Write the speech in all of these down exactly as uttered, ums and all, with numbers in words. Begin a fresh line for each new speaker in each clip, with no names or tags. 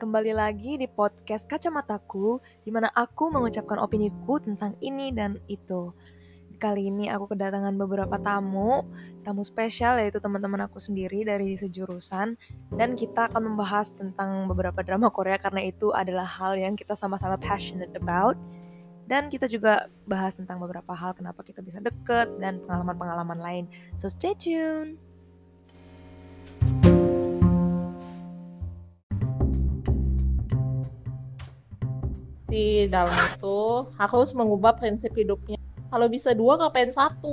kembali lagi di podcast Kacamataku, di mana aku mengucapkan opiniku tentang ini dan itu. Kali ini aku kedatangan beberapa tamu, tamu spesial yaitu teman-teman aku sendiri dari sejurusan, dan kita akan membahas tentang beberapa drama Korea karena itu adalah hal yang kita sama-sama passionate about. Dan kita juga bahas tentang beberapa hal kenapa kita bisa deket dan pengalaman-pengalaman lain. So stay tuned!
Si dalam itu harus mengubah prinsip hidupnya. Kalau bisa dua, ngapain satu?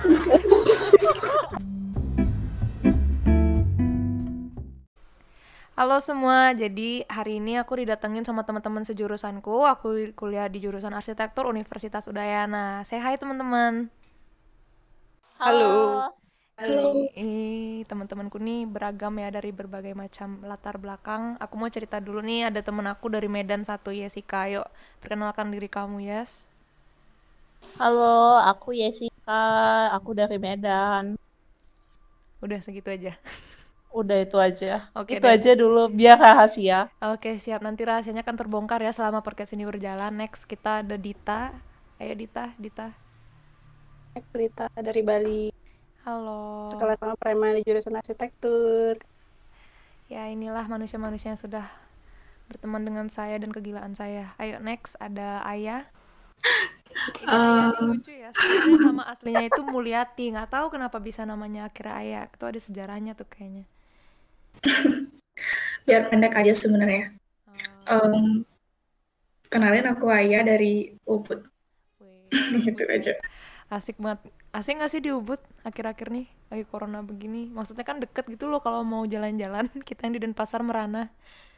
Halo semua, jadi hari ini aku didatengin sama teman-teman sejurusanku. Aku kuliah di jurusan arsitektur Universitas Udayana. Say hi teman-teman.
Halo.
Halo. Ini teman-temanku nih beragam ya dari berbagai macam latar belakang. Aku mau cerita dulu nih, ada temen aku dari Medan satu, Yesika. Yuk, perkenalkan diri kamu, Yes.
Halo, aku Yesika. Aku dari Medan.
Udah segitu aja.
Udah itu aja.
Oke
itu
deh.
aja dulu, biar rahasia.
Oke, siap. Nanti rahasianya kan terbongkar ya selama podcast ini berjalan. Next kita ada Dita. Ayo Dita, Dita.
Dita dari Bali.
Halo.
Sekolah sama Prema di jurusan arsitektur.
Ya inilah manusia-manusia yang sudah berteman dengan saya dan kegilaan saya. Ayo next ada Ayah. Ini Ayah ini lucu ya. Sebenarnya nama aslinya itu Mulyati. Nggak tahu kenapa bisa namanya akhirnya Ayah. Itu ada sejarahnya tuh kayaknya.
Biar pendek aja sebenarnya. Um, kenalin aku Ayah dari Ubud. Gitu aja.
Asik banget. Asik nggak sih di Ubud akhir-akhir nih lagi corona begini? Maksudnya kan deket gitu loh kalau mau jalan-jalan. Kita yang di Denpasar merana.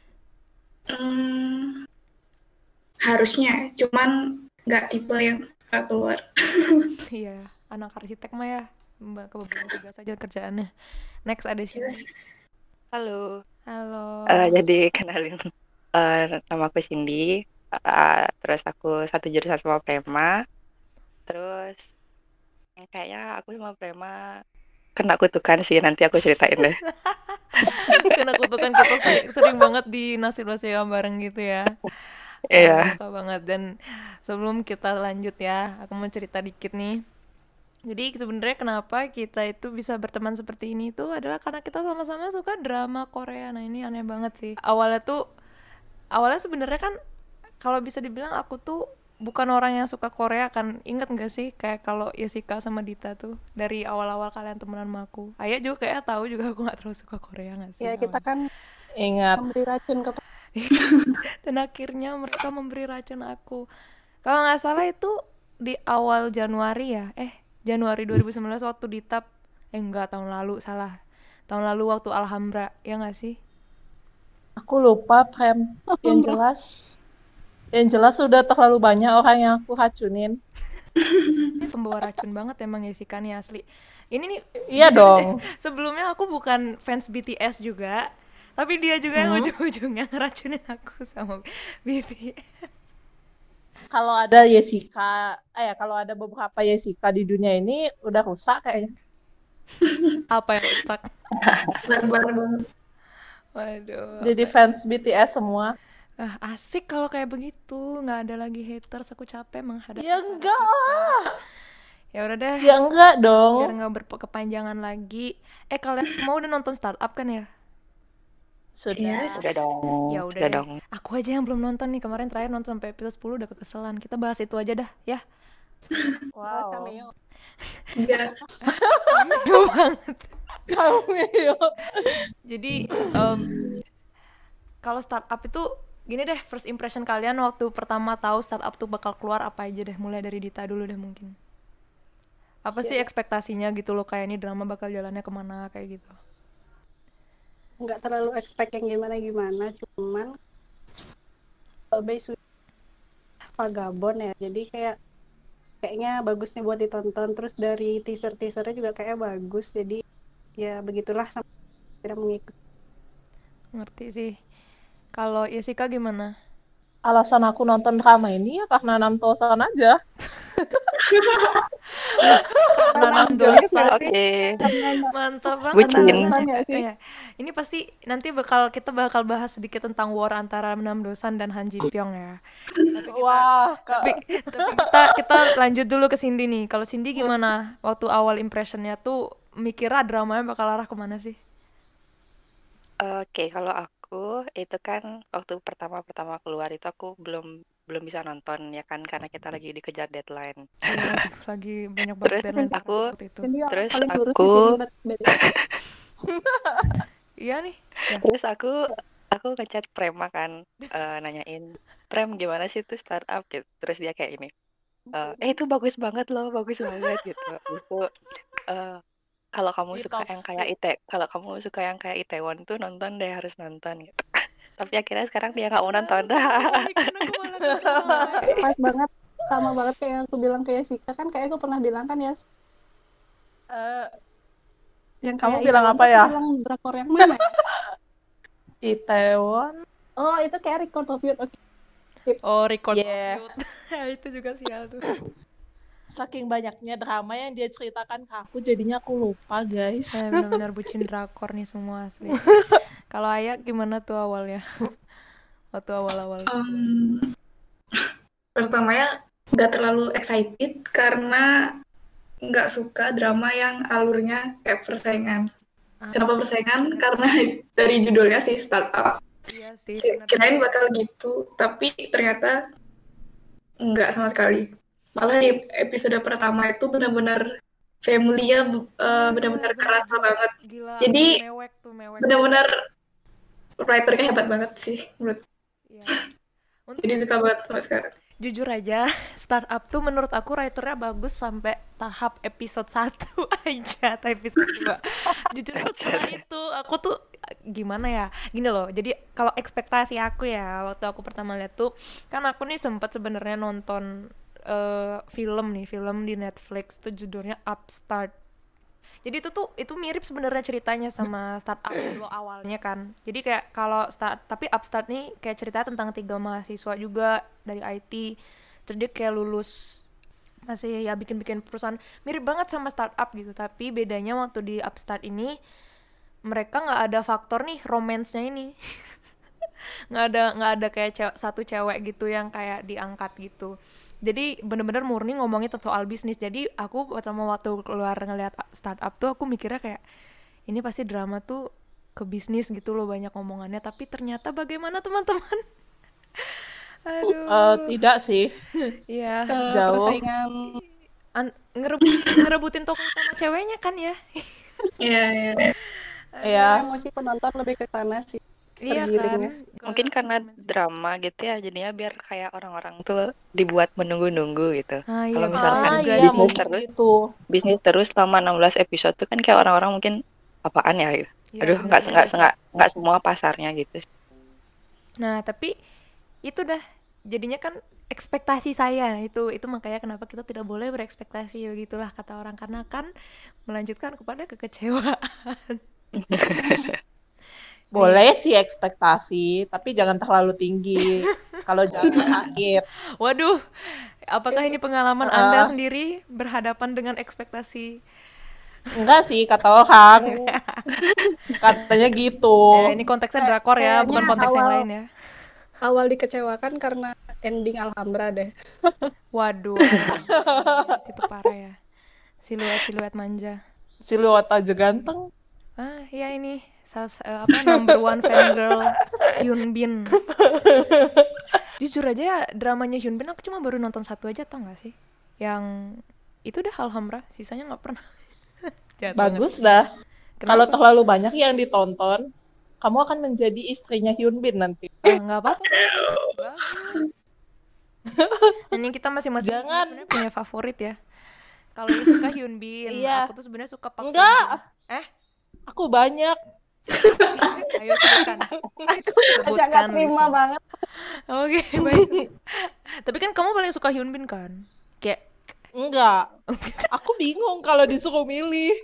Hmm, harusnya, cuman nggak tipe yang nggak keluar.
Iya, anak arsitek mah ya kebetulan tugas saja kerjaannya. Next ada siapa?
Halo.
Halo.
Uh, jadi kenalin, uh, nama aku Cindy. Uh, terus aku satu jurusan sama Prema. Terus kayaknya aku sama Prema kena kutukan sih, nanti aku ceritain deh.
Kena kutukan, kita sering, sering banget di nasib-nasib bareng gitu ya.
Iya.
Suka banget. Dan sebelum kita lanjut ya, aku mau cerita dikit nih. Jadi sebenarnya kenapa kita itu bisa berteman seperti ini itu adalah karena kita sama-sama suka drama Korea. Nah ini aneh banget sih. Awalnya tuh, awalnya sebenarnya kan kalau bisa dibilang aku tuh bukan orang yang suka Korea kan. Ingat nggak sih kayak kalau Yesika sama Dita tuh dari awal-awal kalian temenan sama aku. Ayah juga kayak tahu juga aku nggak terlalu suka Korea nggak sih?
Ya kita kan
ingat
memberi racun ke
dan akhirnya mereka memberi racun aku. Kalau nggak salah itu di awal Januari ya, eh Januari dua ribu sembilan belas waktu di T A P, eh enggak tahun lalu, salah tahun lalu waktu Alhambra, ya nggak sih?
Aku lupa, Prem. Yang jelas yang jelas sudah terlalu banyak orang yang aku racunin.
Ini pembawa racun banget emang Yesika nih asli. Ini nih
iya dong.
Sebelumnya aku bukan fans B T S juga, tapi dia juga hmm. yang ujung-ujungnya ngeracunin aku sama B T S.
Kalau ada Yesika, eh ya kalau ada beberapa Yesika di dunia ini udah rusak kayaknya.
Apa yang rusak?
Barbar.
Waduh.
Jadi fans B T S semua.
Ah, asik kalau kayak begitu, nggak ada lagi haters. Aku capek menghadapi.
Ya enggak lah.
Ya udah deh.
Ya enggak dong.
Biar nggak berkepanjangan lagi. Eh kalian mau udah nonton Startup kan ya?
Sudah.
Yes. Udah dong.
Ya udah
Sudah
deh.
dong.
Aku aja yang belum nonton nih, kemarin terakhir nonton sampai episode sepuluh udah kekeselan. Kita bahas itu aja dah, ya.
Wow.
Cameo.
Yes.
Cameo banget.
Cameo.
Jadi um, kalau Startup itu gini deh, first impression kalian waktu pertama tahu Startup tuh bakal keluar apa aja deh, mulai dari Dita dulu deh mungkin. Apa sih ekspektasinya gitu loh, kayak ini drama bakal jalannya kemana kayak gitu?
Nggak terlalu expect yang gimana-gimana, cuman Bay sudah vagabond ya, jadi kayak kayaknya bagus nih buat ditonton. Terus dari teaser-teasernya juga kayaknya bagus, jadi ya begitulah sampai tidak mengikut.
Ngerti sih. Kalau Yesika gimana?
Alasan aku nonton drama ini ya karena Nam Tosan aja.
Karena enam
Joyce
dosa.
nggak sih?
Oke.
Karena
Mantap banget.
Bucin.
dosan nggak sih?
Iya. Ini pasti nanti bakal kita bakal bahas sedikit tentang war antara enam dosan dan Han Ji Pyong ya. Tapi kita
Wah,
tapi,
Kak.
tapi kita kita lanjut dulu ke Cindy nih. Kalau Cindy gimana? Waktu awal impressionnya tuh mikirnya dramanya bakal arah kemana sih?
Oke, kalau aku itu kan waktu pertama-pertama keluar itu aku belum belum bisa nonton ya kan karena kita lagi dikejar deadline.
Iya, lagi banyak banget
Terus
deadline
aku
waktu itu.
Jadi yang
terus
paling lurus
aku
di sini, Bet- Bet.
Iya nih. Ya.
terus aku aku ngechat Prema kan eh, nanyain Prem gimana sih itu startup gitu. Terus dia kayak ini. Eh eh, itu bagus banget loh, bagus banget gitu. Itu eh, kalau kamu
Ih,
suka yang kayak
toxic.
Ite, kalau kamu suka yang kayak Itaewon tuh nonton deh, harus nonton gitu. Tapi akhirnya sekarang dia nggak mau nonton.
Kebalikan aku malah kesel.
Pas banget, sama banget kayak yang aku bilang ke Jessica kan, kayak aku pernah bilang kan ya,
Eh,
yang
Kamu
kayak
bilang
Itaewon
apa
tuh aku
ya?
bilang drakor yang mana ya?
Itaewon.
Oh, itu kayak Record of Youth. Oke.
Oh, record
Yeah.
of youth. Itu juga sial tuh.
Saking banyaknya drama yang dia ceritakan ke aku, jadinya aku lupa, guys.
Eh, benar-benar bucin drakor nih semua asli. Kalau Ayah gimana tuh awalnya? Waktu awal-awal.
Um, pertamanya nggak terlalu excited karena nggak suka drama yang alurnya kayak persaingan.
Ah,
Kenapa persaingan? Karena dari judulnya sih startup.
iya sih,
Ki-
benar.
Kirain bakal gitu, tapi ternyata nggak sama sekali. Malah di episode pertama itu benar-benar family-nya bu- eh, benar-benar kerasa banget.
Gila,
Jadi,
mewek tuh, mewek.
Benar-benar writernya hebat banget sih menurut.
Iya. Untuk
Jadi suka banget sampai sekarang.
jujur aja, startup tuh menurut aku writernya bagus sampai tahap episode satu aja, atau episode dua. Jujur setelah itu aku tuh gimana ya? Gini loh. Jadi kalau ekspektasi aku ya waktu aku pertama lihat tuh kan aku nih sempat sebenarnya nonton eh, film nih, film di Netflix tuh judulnya Upstart. Jadi itu tuh itu mirip sebenarnya ceritanya sama startup dulu awalnya kan. Jadi kayak kalau start tapi Upstart nih kayak ceritanya tentang tiga mahasiswa juga dari I T. Terus dia kayak lulus masih ya bikin-bikin perusahaan mirip banget sama startup gitu. Tapi bedanya waktu di Upstart ini mereka nggak ada faktor nih romance-nya ini. nggak ada nggak ada kayak cewek, satu cewek gitu yang kayak diangkat gitu. Jadi bener-bener murni ngomongin soal bisnis. Jadi aku pertama waktu keluar ngeliat startup tuh aku mikirnya kayak ini pasti drama tuh ke bisnis gitu loh banyak omongannya. Tapi ternyata bagaimana teman-teman? Aduh.
Eh, tidak sih.
Iya.
Ke
Jauh.
persaingan
An- ngerebut, ngerebutin toko sama ceweknya kan ya?
Iya, iya.
Iya.
emosi penonton lebih ke sana sih.
Iya kan?
Tergilingnya.
Ke
Mungkin karena
romance.
drama gitu ya, jadinya biar kayak orang-orang tuh dibuat menunggu-nunggu gitu.
Ah, iya,
Kalau
bisa
misalkan
Ah,
juga
iya,
sih.
bisnis
mungkin
terus,
gitu.
bisnis terus selama enam belas episode tuh kan kayak orang-orang mungkin apaan ya gitu.
Iya,
Aduh, nggak
bener-bener
nggak
sih.
nggak nggak semua pasarnya gitu.
Nah, tapi itu dah jadinya kan ekspektasi saya. Nah, itu itu makanya kenapa kita tidak boleh berekspektasi begitulah kata orang karena kan melanjutkan kepada kekecewaan.
Boleh sih ekspektasi, tapi jangan terlalu tinggi. Kalau jatuh sakit.
Waduh, apakah ini pengalaman
Uh,
Anda sendiri berhadapan dengan ekspektasi?
Enggak sih, kata orang. Katanya gitu.
Ya, ini konteksnya drakor ya,
Kayaknya
bukan konteks yang
awal-
lain ya.
Awal dikecewakan karena ending Alhambra deh.
Waduh, itu parah ya. Siluet-siluet manja.
Siluet aja ganteng.
Ah, ya ini sas, eh, apa number one fangirl Hyun Bin. Jujur aja ya, dramanya Hyun Bin aku cuma baru nonton satu aja tau gak sih? Yang itu udah Alhambra, sisanya nggak pernah. Jahat
Bagus
banget.
dah. Kalau
Kenapa?
terlalu banyak yang ditonton, kamu akan menjadi istrinya Hyun Bin nanti.
Ah, nggak apa-apa. Bagus. Ini kita masing-masing di sini
Jangan.
sebenarnya punya favorit ya. Kalau lu suka Hyun Bin,
Iya.
aku tuh sebenarnya suka Park Sung
Enggak.
Jin. Eh,
Aku banyak.
ayo sebutkan. Sebutkan.
Jangan terima
listener.
banget.
Oke, baik. Tapi kan kamu paling suka Hyun Bin kan? Kayak
Enggak. Aku bingung kalau disuruh milih.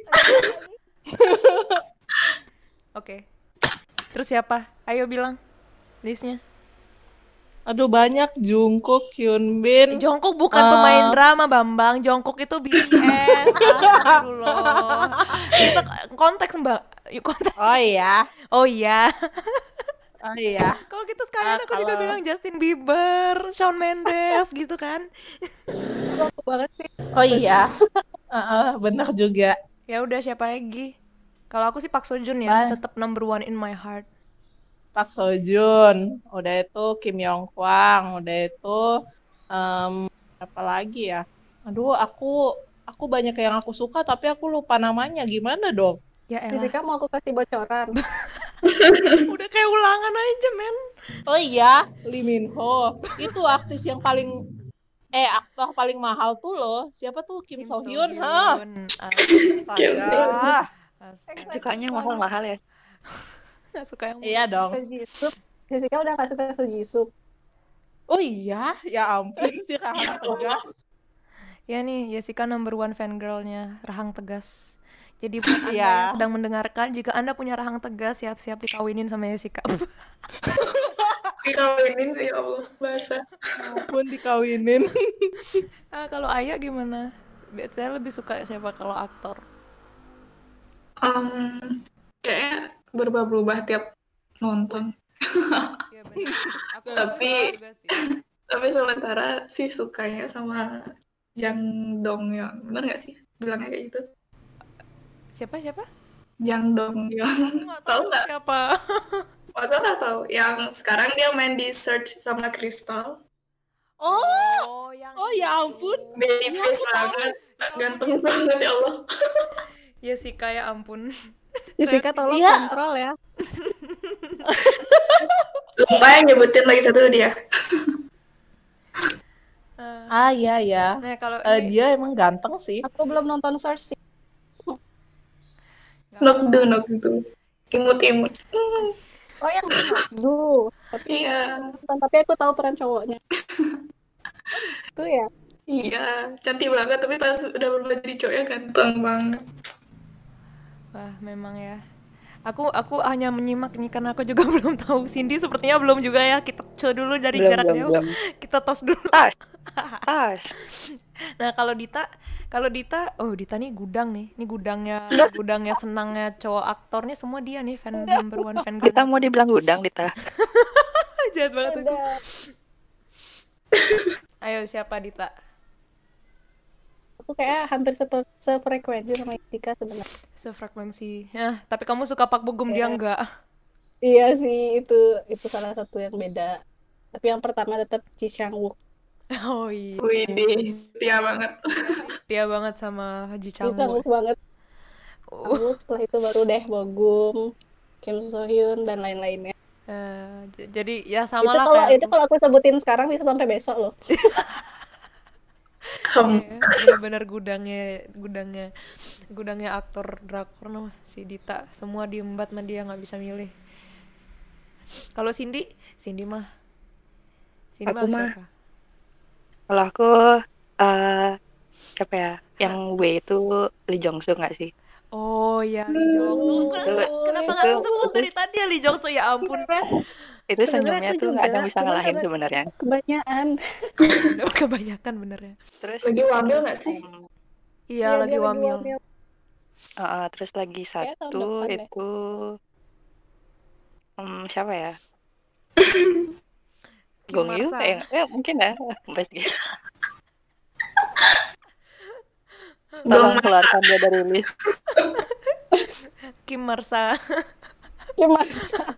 oke. Terus siapa? Ayo bilang listnya.
Aduh banyak, Jungkook, Hyunbin.
Jongkook bukan
Eh.
pemain drama, Bambang. Jongkook itu B T S. Astagfirullah. Kita konteks, Mbak. Yuk konteks.
Oh iya,
Oh iya.
oh iya.
Kalau gitu sekalian
Ah,
aku juga
kalau-
bilang Justin Bieber, Shawn Mendes gitu kan.
Aku banget sih.
Oh iya, Heeh, benar juga.
Ya udah, siapa lagi? Kalau aku sih Park Seo Joon ya,
Bye.
tetap number one in my heart.
Park Seo Joon, udah itu Kim Yong Kwang, udah itu em, apa lagi ya? Aduh, aku aku banyak yang aku suka tapi aku lupa namanya. Gimana dong?
Ya elah,
Jessica mau aku kasih bocoran.
udah kayak ulangan aja, men.
Oh iya, Lee Min Ho. Itu artis yang paling eh aktor paling mahal tuh loh. Siapa tuh? Kim, So Hyun. Hah?
Kim So Hyun.
Astaga.
Astaga,
Sukanya mahal-mahal ya.
nggak suka yang
Iya dong.
Seo Jisoo. Jessica udah gak suka Seo Jisoo.
Oh iya, ya ampun sih Rahang Tegas.
Ya nih, Jessica number one fangirl-nya Rahang Tegas. Jadi buat Anda
Iya.
yang sedang mendengarkan, jika Anda punya Rahang Tegas, siap-siap dikawinin sama Jessica.
Dikawinin sih, ya Allah, bahasa.
Ampun dikawinin.
Ah, kalau Ayah gimana? Biasanya lebih suka siapa kalau aktor?
Em, kayaknya berubah-berubah tiap nonton.
Iya benar. Aku
Tapi-
juga sih.
Tapi sementara sih sukanya sama Jang Dong Yeon. Bener nggak sih bilangnya kayak gitu?
Siapa siapa?
Jang Dong Yeon.
Aku nggak
Tahu
tahu
nggak?
siapa.
Masa nggak tahu? Yang sekarang dia main di Search sama Crystal.
Oh,
Oh, yang
oh ya
itu.
ampun.
Baby
Iya,
face
aku tahu.
banget.
Ya
Ganteng
ampun,
banget ya Allah.
Jessica, ya ampun.
Jessica tolong
Iya.
kontrol ya.
Lupa yang nyebutin lagi satu dia.
Eh,
Ah iya ya.
Nah, kalau
Eh,
ini
dia emang ganteng sih.
Aku belum nonton Source sih.
nggak
Nokdu nokdu. Imut-imut. Hmm,
Oh yang Duh. Tapi,
iya.
tapi aku tahu peran cowoknya. Itu ya.
Iya, cantik banget tapi pas udah berubah jadi cowoknya ganteng banget.
Wah, memang ya. Aku aku hanya menyimak nih karena aku juga belum tahu. Cindy sepertinya belum juga ya. Kita co dulu dari
Belum,
jarak
belum,
jauh.
belum.
Kita tos dulu.
Tas. Tas.
Nah, kalau Dita, kalau Dita, oh Dita nih gudang nih. Ini gudangnya gudangnya senangnya cowok aktor nih, semua dia nih fan number one fan
Kita mau dibilang gudang, Dita.
jahat banget aku.
Ada.
Ayo, siapa Dita?
Aku kayak hampir sepe- sefrekuensi sama Jessica sebenarnya.
Sefrekuensi. Ya, tapi kamu suka Pak Bogum, dia
Ya.
enggak.
Iya sih, itu itu salah satu yang beda. Tapi yang pertama tetap Ji Chang Wook.
Oh iya.
Widih, setia banget.
Setia banget sama Haji
Ji Chang
Changwook.
Wook banget.
Uh,
Wook, setelah itu baru deh Bogum, Kim So Hyun dan lain-lainnya.
eh, j- jadi ya
Itu
sama lah
kalau
kayak
itu
aku.
kalau aku sebutin sekarang bisa sampai besok loh.
Hem.
Iya, bener-bener gudangnya gudangnya gudangnya aktor drakor noh si Dita, semua diembat sama dia, nggak bisa milih. Kalau Cindy, Cindy mah Cindy
Aku mah
siapa?
Kalau aku eh siapa ya? Yang W itu Lee Jong Soo nggak sih?
Oh ya, Lee Jong Soo. Ken-
Itu-
Kenapa nggak
itu-
disebut dari tadi ya Lee Jong Soo, ya ampun.
Itu
Sebenarnya
senyumnya
aku
tuh nggak ada yang
juga,
bisa
cuman
ngalahin
karena-
sebenarnya.
Kebanyakan.
Kebanyakan bener ya.
Terus
Lagi wamil nggak sih?
em,
Iya,
Iya,
lagi
dia
wamil.
eh, eh, terus lagi
Kayaknya tahun
satu
depan deh.
itu em, siapa ya?
Kim
Gong Yoo
Marsa.
kayak eh, mungkin ya. Best gitu.
Gong
Tolong
Marsa.
keluarkan dia dari list.
Kim Marsa.
Gimana?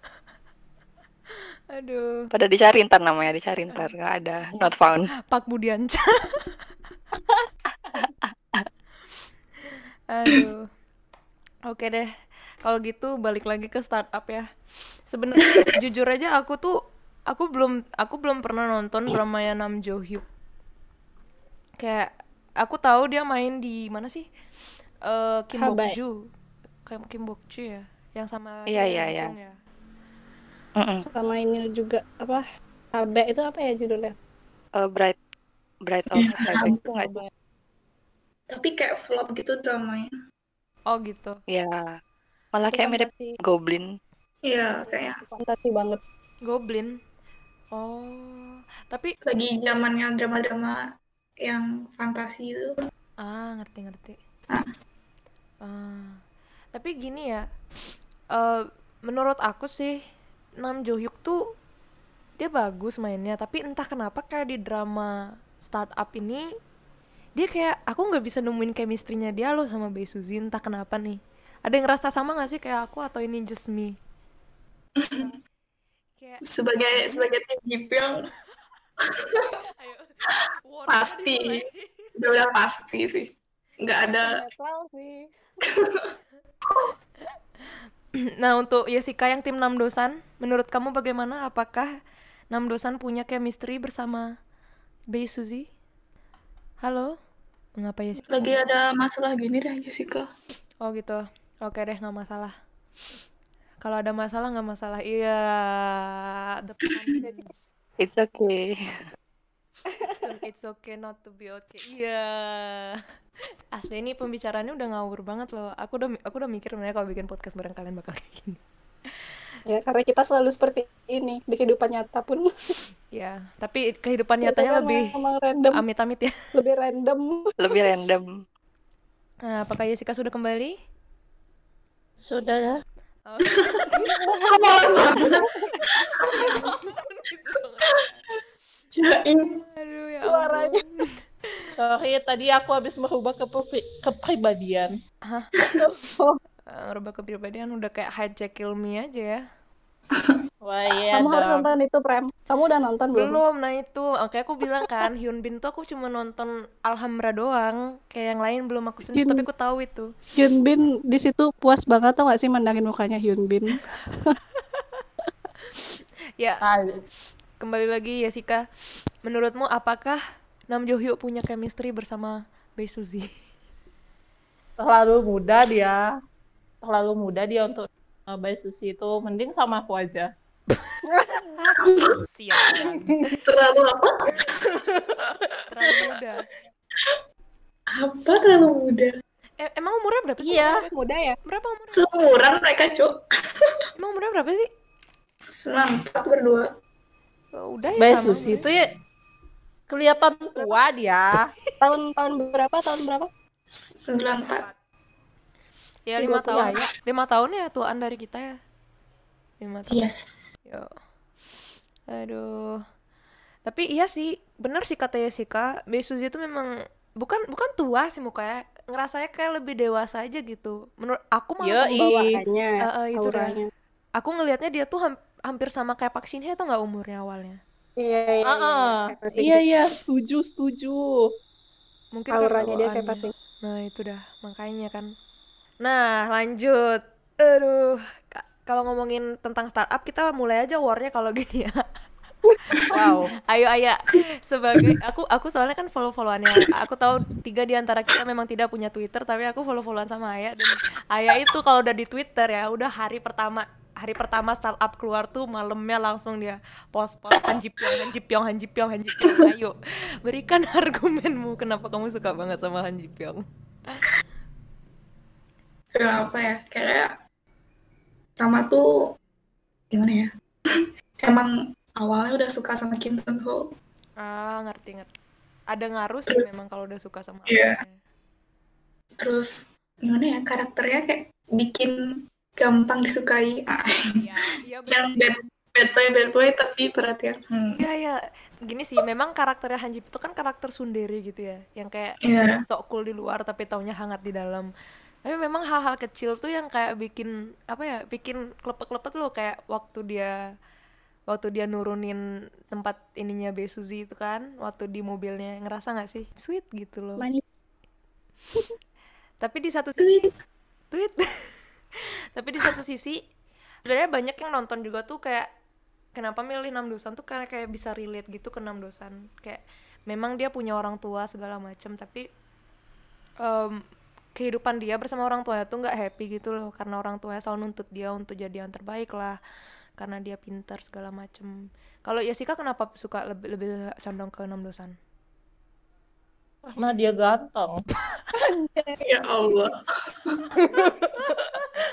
Aduh,
Pada dicari ntar namanya, dicari ntar nggak ada, not found.
Pak Budianca. Aduh. Oke deh. Kalau gitu balik lagi ke startup ya. Sebenarnya jujur aja aku tuh aku belum aku belum pernah nonton dramanya Nam Jo Hyuk. Kayak aku tahu dia main di mana sih? Eh Kim
Habai.
Bok-ju. Kayak Kim Bok-ju ya, yang sama
Iya,
Lee
iya,
Sung
iya.
Joong ya.
Mm-mm.
Sama ini juga apa? Abe itu apa ya judulnya?
Eh, Bright Bright of Heaven itu nggak sih?
Tapi kayak flop gitu dramanya.
Oh gitu.
Ya, malah
Itu
kayak mirip
fantasi,
Goblin.
Iya, kayaknya.
fantasi banget.
Goblin. Oh, tapi
Lagi zamannya drama-drama yang fantasi itu.
ah ngerti ngerti.
Ah,
Ah, tapi gini ya, eh menurut aku sih Nam Jo Hyuk tuh dia bagus mainnya, tapi entah kenapa kayak di drama startup ini dia kayak aku nggak bisa nemuin chemistry-nya dia loh sama Bae Suzy, entah kenapa nih. Ada yang ngerasa sama nggak sih kayak aku atau ini just me? Kayak
sebagai
dia
sebagai tim Jipyong
ayo war kita
pasti,
dimulai.
udah udah pasti sih. Nggak ada.
Netral sih.
Nah, untuk Jessica yang tim Namdosan, menurut kamu bagaimana? Apakah Namdosan punya chemistry bersama Bae Suzy? Halo? Mengapa Jessica?
Lagi ada masalah gini deh Jessica.
Oh gitu. Oke deh, nggak masalah. Kalau ada masalah nggak masalah. Iya, the confidence.
It's okay.
It's, it's okay not to be okay. Iya. Asli ini pembicaraannya udah ngawur banget loh. Aku udah aku udah mikir sebenarnya kalau bikin podcast bareng kalian bakal kayak gini.
Ya karena kita selalu seperti ini di kehidupan nyata pun.
Ya, tapi kehidupan
Kita
nyatanya
kan
lebih
memang random,
amit-amit ya.
lebih random.
Lebih random.
Nah, apakah Jessica sudah kembali?
Sudah ya.
Oke.
Jaim.
Aduh ya
Suaranya.
ampun.
Sorry, tadi aku habis merubah kepri- kepribadian.
Hah? Eh, Ngerubah kepribadian udah kayak hijack kill me aja ya.
Wah iya
Kamu harus
dong.
nonton itu, Prem. Kamu udah nonton belum?
Belum, nah itu. Oke, aku bilang kan, Hyun Bin tuh aku cuma nonton Alhambra doang. Kayak yang lain belum aku sentuh,
Hyun-
tapi aku tahu itu.
Hyun Bin di situ puas banget tau gak sih mandangin mukanya Hyun Bin.
Ya,
Ah,
kembali lagi Jessica. Menurutmu apakah Nam Jo Hyuk punya chemistry bersama Bae Suzy?
terlalu muda dia. Terlalu muda dia untuk uh, Bae Suzy itu. Mending sama aku aja.
Sialan.
Terlalu apa?
Terlalu muda.
Apa terlalu muda?
Eh, emang umurnya berapa sih?
Iya, muda ya.
Berapa umurnya?
Seumuran mereka, Cuk.
Emang umurnya berapa sih?
sembilan puluh empat berdua.
Oh, udah ya
Bae
sama
Suzy itu
umurnya.
ya kelihatan tua dia.
Tahun tahun berapa? Tahun berapa?
sembilan puluh empat.
Ya
Si
lima
dua puluh
tahun.
ya.
Lima tahun ya tuaan dari kita ya. Lima tahun.
Yes.
Yo. Aduh. Tapi iya sih, bener sih kata Jessica, Bae Suzy itu memang bukan bukan tua sih mukanya, ngerasanya kayak lebih dewasa aja gitu. Menurut aku malah
Yoi.
Bawaannya,
Eh, eh, itu dah.
auranya.
Aku ngelihatnya dia tuh ham- hampir sama kayak Park Shin Hye atau nggak umurnya awalnya.
Iya, iya,
Ah,
iya.
ah.
Kayak Pating.
Iya iya, setuju setuju.
Mungkin karena
Auranya dia kayak
bawaannya.
pating.
Nah, itu dah, makanya kan. Nah, lanjut. Aduh, Ka- kalau ngomongin tentang startup kita mulai aja war-nya kalau gini ya.
Wow.
Ayo Aya, sebagai aku aku soalnya kan follow-followannya. Aku tahu tiga di antara kita memang tidak punya Twitter, tapi aku follow-followan sama Aya dan Aya itu kalau udah di Twitter ya, udah hari pertama hari pertama startup keluar tuh malamnya langsung dia post-post Han Ji Pyong, Han Ji Pyong, Han Ji Pyong, Han Ji Pyong. Ayo, berikan argumenmu kenapa kamu suka banget sama Han Ji Pyong.
Kenapa ya? Kayak sama tuh gimana ya? Emang awalnya udah suka sama Kim Sun Ho.
Ah, ngerti ngerti. Ada ngaruh sih
Terus,
memang kalau udah suka sama
iya.
awalnya.
Terus gimana ya? Karakternya kayak bikin gampang disukai. Ah,
Iya, iya
yang
benar.
bad bad boy bad boy tapi perhatian. Hmm.
Iya ya, gini sih, memang karakternya Han Ji Pyong itu kan karakter tsundere gitu ya, yang kayak
Iya.
sok cool di luar tapi taunya hangat di dalam. Tapi memang hal-hal kecil tuh yang kayak bikin apa ya, bikin klepet-klepet loh, kayak waktu dia waktu dia nurunin tempat ininya Bae Suzy itu kan, waktu di mobilnya, ngerasa nggak sih sweet gitu loh.
Manis.
Tapi di satu sisi
Tweet.
tweet tapi di satu sisi sebenarnya banyak yang nonton juga tuh kayak kenapa milih Namdosan tuh karena kayak bisa relate gitu ke Namdosan, kayak memang dia punya orang tua segala macam tapi em, kehidupan dia bersama orang tuanya tuh nggak happy gitu loh, karena orang tuanya selalu nuntut dia untuk jadi yang terbaik lah, karena dia pintar segala macam. Kalau Jessica kenapa suka lebih lebih condong ke Namdosan?
Karena dia ganteng.
Ya Allah.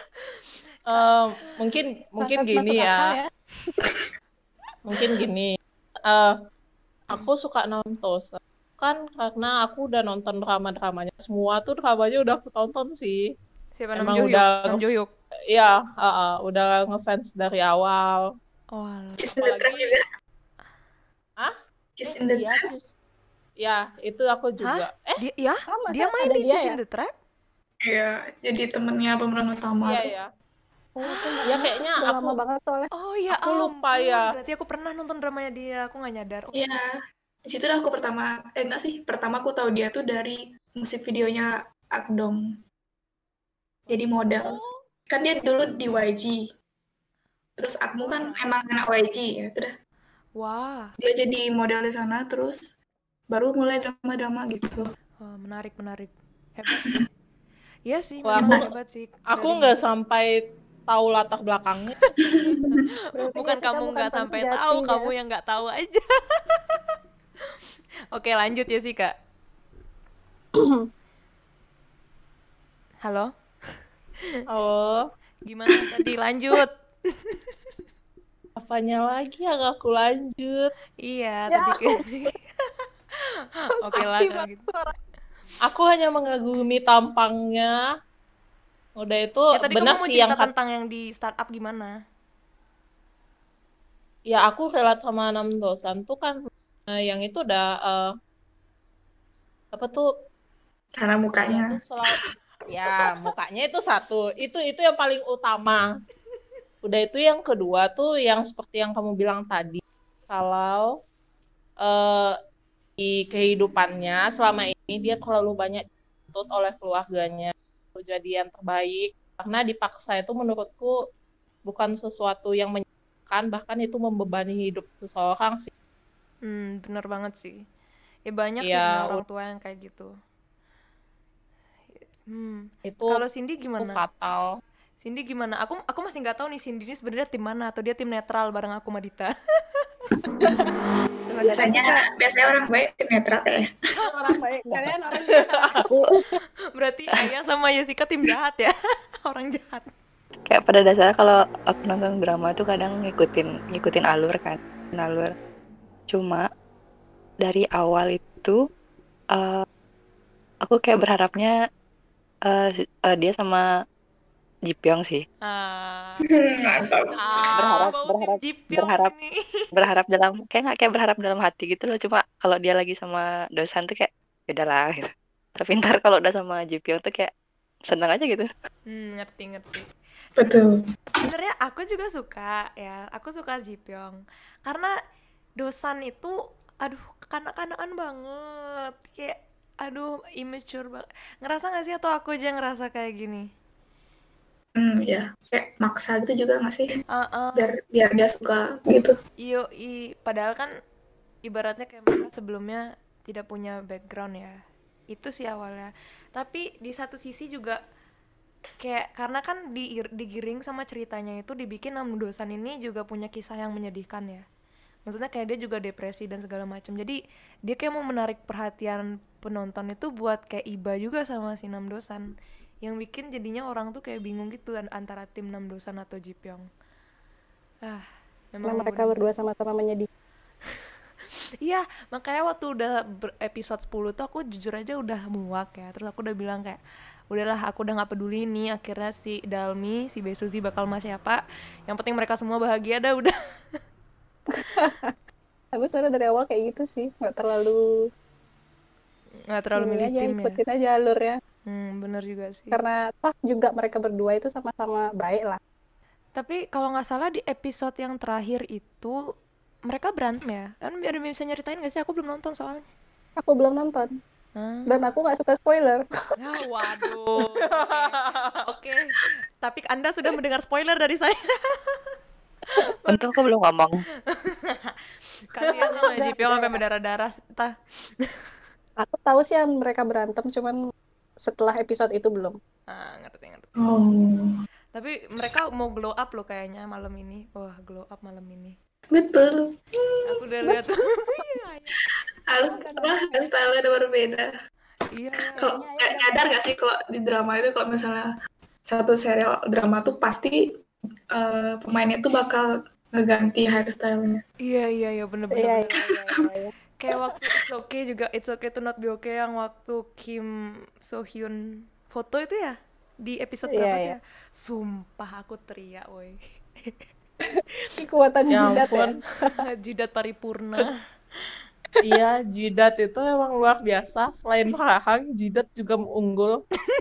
Em, mungkin mungkin
Sangat
gini
masuk akal
ya.
ya.
Mungkin gini. eh aku suka nonton kan karena aku udah nonton drama-dramanya semua tuh dramanya udah aku tonton sih.
Siapa? Nam
Emang
Jo Hyuk.
udah
Nam Jo
nge-
Hyuk.
ya uh, uh, udah ngefans dari awal.
Oh, alah.
Kiss in the Trap
Apalagi
juga.
ah
Kiss
eh
in the
iya
Trap.
sus ya itu aku
Hah?
juga eh
Dia ya?
Sama,
Dia
kan?
main
Ada
di
dia
Kiss
ya?
in the Trap?
Iya, jadi temennya pemeran utama
iya
tuh.
ya
Oh, aku nggak
ya
masuk,
kayaknya
udah
aku
lama banget soalnya.
Oh ya
aku lupa
ampun.
ya.
Berarti aku pernah nonton dramanya dia. Aku nggak nyadar. Oh,
Iya, di situ dah aku pertama, eh enggak sih, pertama aku tahu dia tuh dari musik videonya Akdong. Jadi model.
Oh,
Kan dia dulu di Y G. Terus Akmu kan
wah.
emang anak Y G ya, itu dah.
Wah.
Dia jadi model di sana, terus baru mulai drama-drama gitu.
Wah, menarik, menarik. Hebat sih. Iya sih,
wah,
memang
aku
hebat sih.
aku
Dari
nggak sampai tahu latar belakangnya.
Berarti
bukan
Jessica
kamu
bukan
nggak
fan
sampai
sejati
tahu,
ya.
kamu yang nggak tahu aja. Oke, lanjut ya sih, Kak. Halo?
Oh,
Gimana tadi? Lanjut.
apanya lagi yang aku lanjut?
Iya,
Ya,
tadi kan. Oke lah
Sakti
kalau
banget
gitu.
suara.
Aku hanya mengagumi tampangnya. Udah itu
Ya tadi kamu
benar
mau
sih yang
cerita
kat,
tentang yang di startup gimana?
ya aku relate sama enam dosan tuh kan eh, yang itu udah eh, apa tuh
Karena
dia
mukanya.
tuh selalu ya mukanya itu satu itu itu yang paling utama. Udah itu yang kedua tuh yang seperti yang kamu bilang tadi kalau eh, di kehidupannya selama ini dia terlalu banyak dituntut oleh keluarganya untuk jadi yang terbaik karena dipaksa itu menurutku bukan sesuatu yang menyenangkan bahkan itu membebani hidup seseorang sih.
Hmm, bener banget sih. Ya banyak sih
Ya
sebenarnya orang tua yang kayak gitu. Hmm.
itu
Kalau Cindy
itu
gimana?
fatal.
Cindy gimana? Aku aku masih nggak tahu nih Cindy ini sebenarnya tim mana atau dia tim netral bareng aku sama Dita.
Sebenarnya
Biasanya
juga
biasanya orang baik tim netral ya.
Orang baik. Kalian orang jahat.
aku
Berarti Ayah sama Jessica tim jahat ya? Orang jahat.
kayak pada dasarnya kalau aku nonton drama tuh kadang ngikutin ngikutin alur kan, alur. Cuma dari awal itu eh, aku kayak berharapnya eh, si- eh, dia sama Ji Pyong sih.
Ah,
Mantap.
Ah,
Berharap
bau tim
berharap
Jipyong
berharap
ini.
berharap dalam kayak nggak kayak berharap dalam hati gitu loh. Cuma kalau dia lagi sama Dosan tuh kayak ya udahlah gitu. Tapi ntar kalau udah sama Ji Pyong tuh kayak seneng aja gitu.
Hmm, ngerti ngerti.
Betul.
Sebenarnya aku juga suka ya. Aku suka Jipyong karena Dosan itu aduh kekanak-kanakan banget. Kayak aduh immature banget. Ngerasa gak sih atau aku aja ngerasa kayak gini?
Hmm, ya. Kayak maksa gitu juga nggak sih?
Ah, ah.
Biar biar dia suka gitu.
Iyo, i, padahal kan ibaratnya kayak mereka sebelumnya tidak punya background ya. Itu sih awalnya. Tapi di satu sisi juga kayak karena kan di, digiring sama ceritanya itu dibikin Nam Dosan ini juga punya kisah yang menyedihkan ya. Maksudnya kayak dia juga depresi dan segala macam. Jadi dia kayak mau menarik perhatian penonton itu buat kayak iba juga sama si Nam Dosan. Yang bikin jadinya orang tuh kayak bingung gitu antara tim Nam Dosan atau Ji Pyong. Ah,
Karena
memang
mereka
bener.
berdua sama-sama menyedihkan.
Iya, makanya waktu udah ber- episode sepuluh tuh aku jujur aja udah muak ya. Terus aku udah bilang kayak, udahlah aku udah gak peduli nih akhirnya si Dalmi, si Bae Suzy bakal sama siapa. Yang penting mereka semua bahagia dah udah.
Aku sebenarnya dari awal kayak gitu sih, nggak terlalu
Gak terlalu
ini
milih
aja,
tim ya.
ikutin aja alurnya.
Hmm, bener juga sih.
Karena toh juga mereka berdua itu sama-sama baik lah.
Tapi kalau nggak salah di episode yang terakhir itu mereka berantem ya. Kan biar bisa nyeritain gak sih? Aku belum nonton soalnya.
Aku belum nonton
Ah.
dan aku nggak suka spoiler.
Ya, waduh. Oke. Oke. Tapi Anda sudah mendengar spoiler dari saya.
Untung aku belum ngomong.
Kasihan sama Ji Pyong sampai berdarah-darah. Entah.
Aku tahu sih yang mereka berantem, cuman setelah episode itu belum.
Ah, ngerti ngerti.
Oh,
Tapi mereka mau glow up loh kayaknya malam ini. Wah, glow up malam ini.
betul.
Aku udah lihat.
Harus apa? Harus style udah berbeda.
Iya.
Kalau nggak nyadar nggak sih kalau di drama itu kalau misalnya satu serial drama tuh pasti eh, pemainnya tuh bakal ngeganti hairstyle-nya.
Iya iya iya bener bener
Iya,
bener.
iya, iya, iya, iya.
Kayak waktu It's Okay juga, It's Okay to Not Be Okay yang waktu Kim So Hyun foto itu ya, di episode
Iya,
berapa tuh
iya.
ya? Sumpah aku teriak woi.
Kekuatan
Ya
jidat ya.
ampun.
Jidat paripurna.
Iya, jidat itu emang luar biasa. Selain rahang, jidat juga unggul.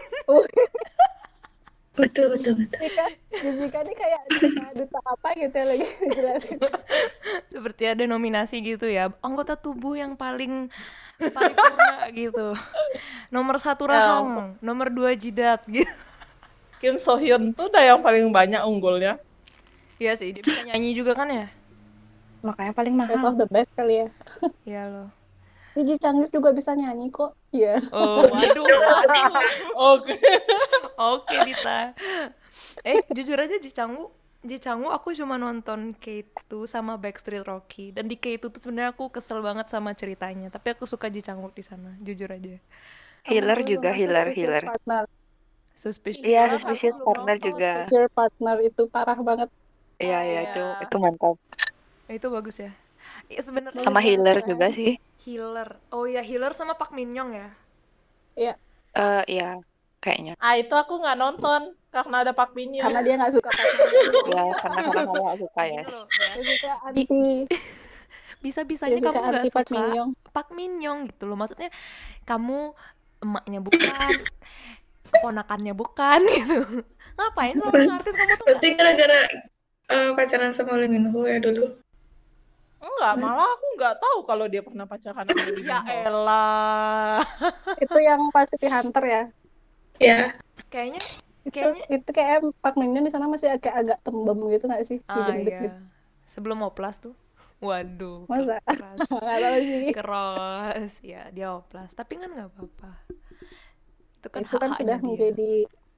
Betul, betul, betul.
Jika Jessica ini kayak duta, duta apa gitu ya lagi jelasin.
Seperti ada nominasi gitu ya, anggota tubuh yang paling paripurna gitu. Nomor satu
Ya
rahang, nomor dua jidat gitu.
Kim So Hyun tuh udah yang paling banyak unggulnya.
Iya sih, dia bisa nyanyi juga kan ya?
Makanya paling
Best
mahal.
of the best kali ya.
Iya loh.
Ji Changlis juga bisa nyanyi kok. Iya.
Oh, waduh, waduh.
Oke.
Oke, Dita. Eh, jujur aja Ji Changwoo, Ji Changwoo aku cuma nonton K two sama Backstreet Rocky, dan di K two tuh sebenarnya aku kesel banget sama ceritanya, tapi aku suka Ji Changwoo di sana, jujur aja.
Healer
Aku
juga,
suka
healer,
Suspicious
healer.
Partner.
Suspicious.
Iya,
Aku
Suspicious
belum
Partner
nonton.
juga.
Suspicious Partner itu parah banget.
Iya, iya, itu
Iya.
itu mantap.
Itu bagus ya. Iya sebenarnya
Sama
Bagus
healer
banget,
juga
keren.
sih.
Healer. Oh iya, Healer sama Park Min Young ya.
Iya,
Eh, iya, kayaknya.
Ah, itu aku nggak nonton karena ada Park Min Young.
karena dia nggak suka partner.
Ya, karena karena kamu nggak suka ya.
Gini loh, ya.
Dia suka anti,
Bisa-bisanya
dia suka
kamu nggak
anti Park
suka
Min Young.
Park Min Young gitu loh. Maksudnya kamu emaknya bukan, keponakannya bukan gitu. Ngapain sama
Pasti-
artis kamu tuh?
Pasti gara-gara eh, pacaran sama Lee Min Ho ya dulu.
Enggak, malah aku nggak tahu kalau dia pernah pacaran sama Lee
Ya
Min Ho.
elah.
Itu yang Pacific Hunter ya.
Ya,
Kayaknya
Itu,
Kayaknya
itu kayak Park Min Young di sana masih agak agak tembem gitu nggak sih? Si
ah
gendut
iya.
gitu.
Sebelum oplas tuh. Waduh,
Masa?
keras.
Nggak tahu sih.
Keras. Ya, dia oplas. Tapi kan nggak apa-apa. Itu kan
Itu kan
hak-haknya
sudah
dia.
menjadi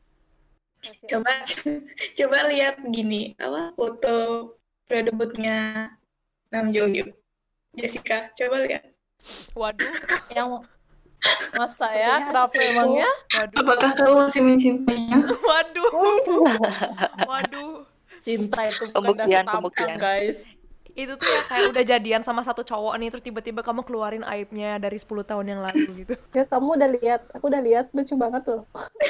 coba coba lihat gini, apa foto pre-debutnya Nam Jo Hyun, Jessica. Coba lihat.
Waduh,
Yang masa ya,
Sepertinya
kenapa
itu.
emangnya?
waduh,
Apakah kamu masih mencintainya?
waduh, waduh.
Cinta itu bukan
Pembuktian,
dari tampang,
pembuktian.
guys.
Itu tuh ya kayak udah jadian sama satu cowok nih, terus tiba-tiba kamu keluarin aibnya dari sepuluh tahun yang lalu gitu.
Ya kamu udah lihat, aku udah lihat lucu banget loh.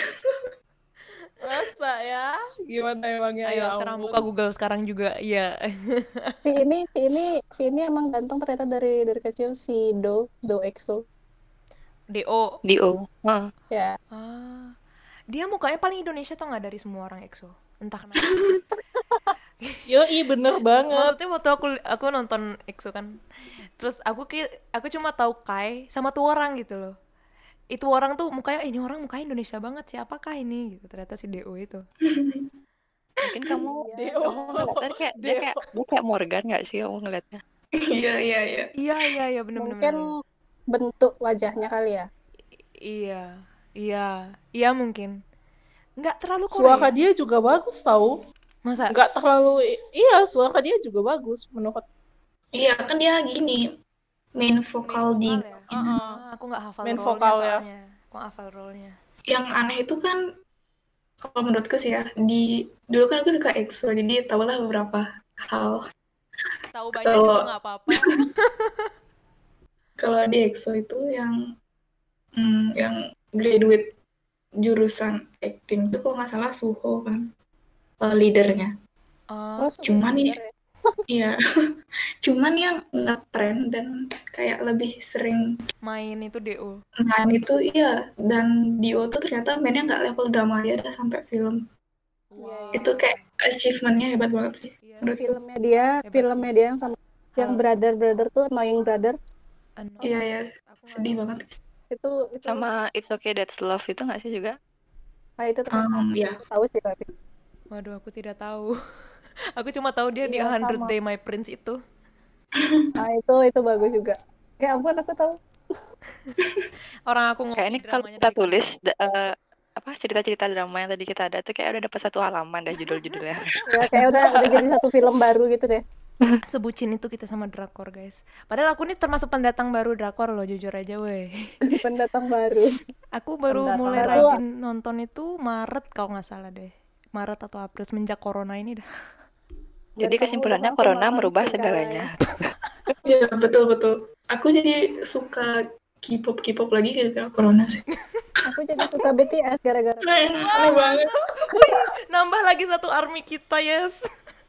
Masa ya? Gimana emangnya?
Ayo
Ya
sekarang
ampun.
buka Google sekarang juga. Iya.
Si ini, si ini, si ini emang ganteng ternyata dari dari kecil, si Do, Do EXO.
D O.
Dio. Heeh.
Ya,
Ah. Dia mukanya paling Indonesia tau nggak dari semua orang EXO? Entah kenapa.
Yoi, bener banget.
Maksudnya waktu aku aku nonton EXO kan, terus aku ki- aku cuma tahu Kai sama tuh orang gitu loh. Itu orang tuh mukanya, "Eh, ini orang mukanya Indonesia banget, siapakah ini?" gitu. Ternyata si D O itu.
Mungkin kamu
Dio.
kamu ngeliatnya kayak dia
Dio.
kayak dia kayak Morgan nggak sih kamu ngeliatnya?
Iya, iya, iya.
Iya iya iya bener-bener.
mungkin bentuk wajahnya kali ya.
Iya iya iya mungkin. Nggak terlalu
Suara
Korea.
dia juga bagus tahu.
Masa?
Nggak terlalu, iya suara dia juga bagus menurut.
Iya, kan dia gini, main vokal di
Vokal ya? Ah, aku nggak hafal
Main
role-nya
vokal ya.
soalnya. Aku nggak hafal role-nya.
yang aneh itu kan, kalau menurutku sih ya, di dulu kan aku suka EXO, jadi tahulah beberapa hal.
Tahu banyak
Kalau-
juga nggak apa-apa.
Kalau di EXO itu yang hmm, yang graduate jurusan acting itu kalau nggak salah Suho kan, eh, leadernya.
Oh,
Oh,
Cuman
sebentar
nih,
ya.
Iya, cuman yang ngetren dan kayak lebih sering
main itu D O.
main itu iya, dan Dio tuh ternyata mainnya nggak level drama, dia udah sampai film.
Wow.
Itu kayak achievementnya hebat banget sih
Iya.
menurutku.
Filmnya dia,
Hebat
filmnya dia yang sama yang
Hal-
brother brother tuh annoying brother
Ano-
Iya, iya,
aku nggak
sedih
tahu.
banget.
itu itu
Sama It's Okay That's Love itu nggak sih juga?
ah, itu ternyata
Um, ya,
aku tahu sih tapi
Waduh, aku tidak tahu. Aku cuma tahu dia di
Iya,
A Hundred
sama.
Day My Prince itu.
ah itu itu bagus juga. Ya ampun aku tahu.
Orang aku
Kayak ini
ngopi
kalau
dramanya
kita
dari
tulis da- eh, apa cerita-cerita drama yang tadi kita ada tuh kayak udah dapat satu halaman dah judul-judulnya.
Ya kayak udah udah jadi satu film baru gitu deh.
sebucin itu kita sama drakor, guys. Padahal aku nih termasuk pendatang baru drakor loh, jujur aja weh.
Pendatang baru.
Aku baru
Pendatang
mulai
baru.
rajin nonton itu Maret kalau nggak salah deh. Maret atau April semenjak corona ini dah.
Biar
Jadi
kamu udah
kesimpulannya
mampu
corona
makan
merubah
segalanya.
segalanya.
Iya, betul-betul. Aku jadi suka K-pop K-pop lagi gara-gara corona sih.
Aku jadi suka B T S gara-gara
Aneh,
corona.
aneh banget.
Wih, nambah lagi satu army kita, yes.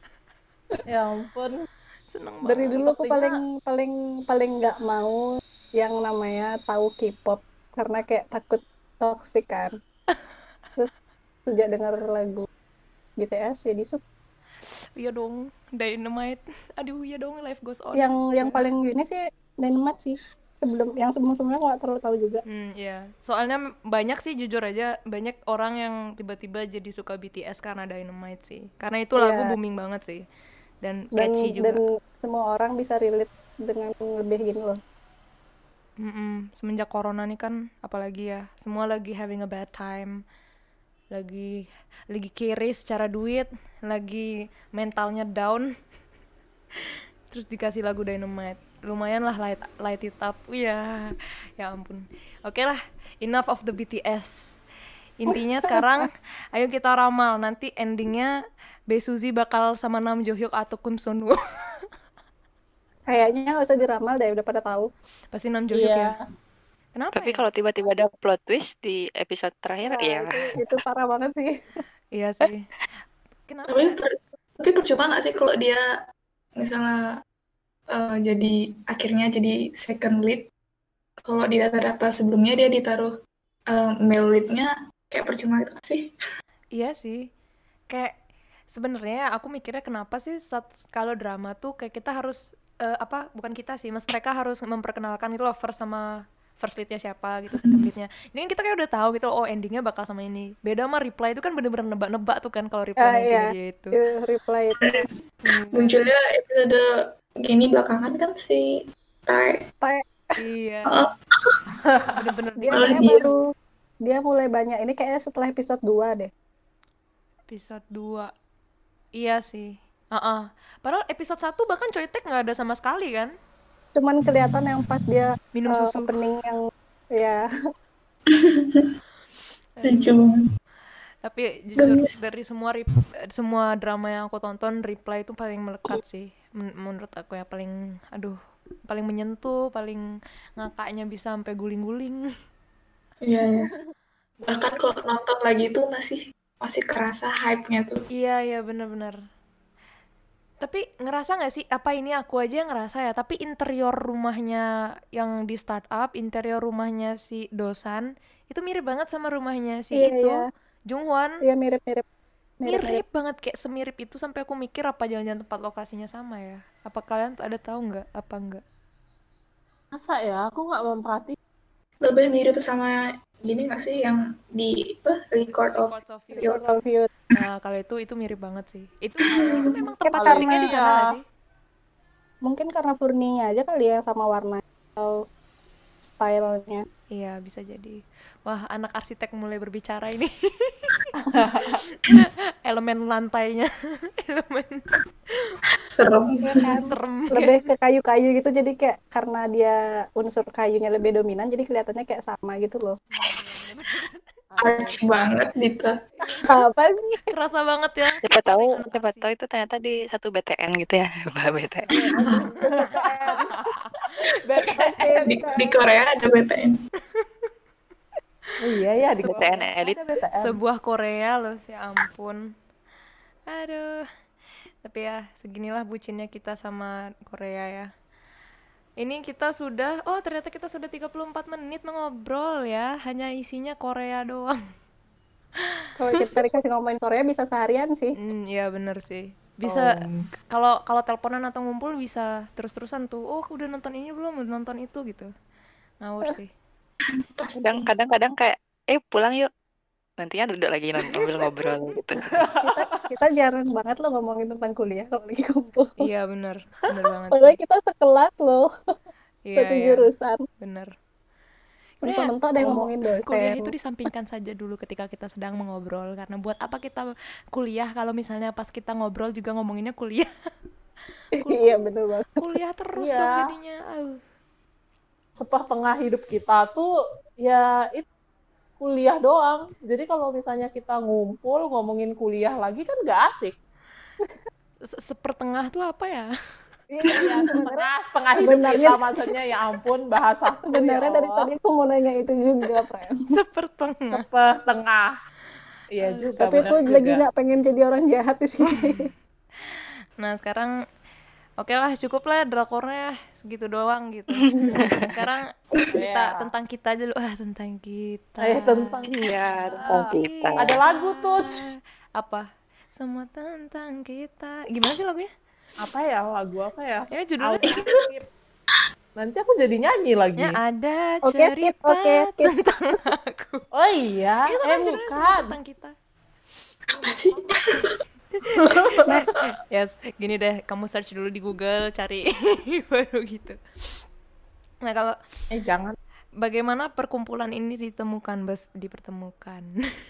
Ya ampun.
Seneng
Dari
banget.
dulu aku
Sepertinya-
paling paling paling nggak mau yang namanya tahu K-pop karena kayak takut toksik kan. Terus sejak dengar lagu B T S jadi suka.
Iya dong, Dynamite. Aduh, iya dong, life goes on.
Yang yang paling gini sih Dynamite sih. Sebelum yang sebelum-sebelumnya nggak terlalu tahu juga.
Hmm, iya. Soalnya banyak sih, jujur aja, banyak orang yang tiba-tiba jadi suka B T S karena Dynamite sih. Karena itu lagu
Iya.
booming banget sih. Dan
Dan
catchy juga.
dan semua orang bisa relate dengan lebih gini loh.
Mm-mm. Semenjak corona nih kan, apalagi ya, semua lagi having a bad time. Lagi lagi kiri secara duit, lagi mentalnya down. Terus dikasih lagu Dynamite. Lumayan lah light, light it up. Iya, ya ampun. Oke lah, enough of the B T S. Intinya sekarang, ayo kita ramal. Nanti endingnya Bae Suzy bakal sama Nam Jo Hyuk atau Kim Sun Woo.
Kayaknya nggak usah diramal deh, udah pada tahu.
Pasti Nam Jo Hyuk
Iya.
ya. Kenapa
Tapi
ya?
kalau tiba-tiba ada plot twist di episode terakhir,
Nah,
ya
itu, itu parah banget sih.
Iya sih. Kenapa?
Tapi per- tapi percuma nggak sih kalau dia misalnya eh, jadi akhirnya jadi second lead, kalau di data-data sebelumnya dia ditaruh eh, male lead-nya, kayak percuma gitu nggak sih?
Iya sih. Kayak sebenarnya aku mikirnya kenapa sih saat kalau drama tuh kayak kita harus eh, apa bukan kita sih, mas mereka harus memperkenalkan itu loh first sama first leadnya siapa gitu, second leadnya. Jadi kan kita kayak udah tahu gitu, oh endingnya bakal sama ini. Beda sama Reply itu kan bener-bener nebak-nebak tuh kan kalau Reply
Ah,
nanti
iya.
dia itu.
Itu reply itu.
Hmm,
Munculnya episode gini belakangan kan si Tai.
Tai-
iya.
Heeh.
Bener-bener
Dia
Malah
kayaknya
dia.
baru dia mulai banyak ini kayaknya setelah episode dua deh.
episode dua. Iya sih. Heeh. Padahal episode satu bahkan Choi-taek nggak ada sama sekali kan?
Cuman kelihatan yang pas dia
Minum
uh,
susu.
opening yang ya
Lucu banget.
Tapi jujur
Gemes.
dari semua rip- semua drama yang aku tonton, Reply itu paling melekat sih. Men- menurut aku ya paling aduh, paling menyentuh, paling ngakaknya bisa sampai guling-guling.
Iya, ya. Bahkan kalau nonton lagi itu masih masih kerasa hype-nya tuh.
Iya, iya benar-benar. Tapi ngerasa nggak sih, apa ini aku aja yang ngerasa ya, tapi interior rumahnya yang di startup, interior rumahnya si Dosan, itu mirip banget sama rumahnya si
Iya,
itu,
iya.
Jungwon.
Iya mirip-mirip. Mirip-mirip.
Mirip banget, kayak semirip itu sampai aku mikir apa jangan-jangan tempat lokasinya sama ya. Apa kalian ada tahu nggak? Apa enggak?
Masa ya? Aku nggak memperhatikan.
Lebih mirip sama gini nggak sih yang di apa Record of
Records of You.
Your
Record of You.
Nah, kalau itu itu mirip banget sih. Itu itu memang
Mungkin
tempat
Kali
syutingnya
karena
di sana nggak
ya.
sih?
mungkin karena furninya aja kali ya sama warna atau stylenya.
Iya, bisa jadi. Wah, anak arsitek mulai berbicara ini. Elemen lantainya, elemen
serem.
Ya kan?
serem.
Lebih ke kayu-kayu gitu jadi kayak karena dia unsur kayunya lebih dominan jadi kelihatannya kayak sama gitu loh.
Arch banget gitu.
Apa sih?
Kerasa banget ya.
Siapa tahu,
Anak
siapa
arsitek.
tahu itu ternyata di satu B T N gitu ya, Mbak B T N.
Di, di Korea ada B T N.
Oh iya ya di
B T N elit.
ada B T N.
Sebuah Korea loh, ya ampun. Aduh. Tapi ya, seginilah bucinnya kita sama Korea ya. Ini kita sudah, oh ternyata kita sudah tiga puluh empat menit mengobrol ya. Hanya isinya Korea doang.
Kalau kita dikasih ngomongin Korea bisa seharian sih.
Hmm, iya bener sih. Bisa,
Oh.
kalau kalau teleponan atau ngumpul bisa terus-terusan tuh. Oh, udah nonton ini belum? Udah nonton itu gitu. Ngawur sih.
Kadang kadang-kadang kayak eh pulang yuk. Nantinya duduk lagi nonton sambil ngobrol gitu.
Kita kita jarang banget loh ngomongin tentang kuliah kalau lagi kumpul.
Iya bener, bener banget
Padahal
sih.
kita sekelas loh,
Iya,
satu
iya,
jurusan.
bener. Udah ya,
Mentok-mentok ada yang
ngomong-
ngomongin
kuliah
dosen.
itu disampingkan saja dulu ketika kita sedang mengobrol. Karena buat apa kita kuliah kalau misalnya pas kita ngobrol juga ngomonginnya kuliah.
Iya bener banget.
Kuliah terus
Iya.
dong jadinya. Auh.
Sepertengah hidup kita tuh ya itu kuliah doang. Jadi kalau misalnya kita ngumpul ngomongin kuliah lagi kan nggak asik.
Se- Sepertengah tuh apa ya?
Iya,
Iya,
sebenarnya
setengah setengah hidup
sebenarnya
kita maksudnya, ya ampun bahasaku ya
sebenarnya dari
Allah.
tadi aku mau nanya itu juga, Prem.
Sepertengah.
Setengah. Iya juga,
Tapi aku
benar
lagi
juga.
nggak pengen jadi orang jahat di sini.
Nah sekarang oke lah, cukup lah drakornya segitu doang gitu. Sekarang kita
Iya.
tentang kita aja dulu. Ah, tentang kita.
Eh, tentang
Iya, tentang kita.
Ada lagu tuh.
Apa? Semua tentang kita. Gimana sih lagunya?
apa ya, lagu apa ya?
Ya judulnya.
Skip. Nanti aku jadi nyanyi lagi.
Ya ada
Oke, skip,
cerita
oke, skip.
tentang aku.
Oh iya,
Itu
eh
kan judulnya Semua
bukan.
tentang kita.
Apa sih?
Yes, gini deh, kamu search dulu di Google, cari baru gitu. Nah kalau
Eh jangan.
bagaimana perkumpulan ini ditemukan, bus dipertemukan.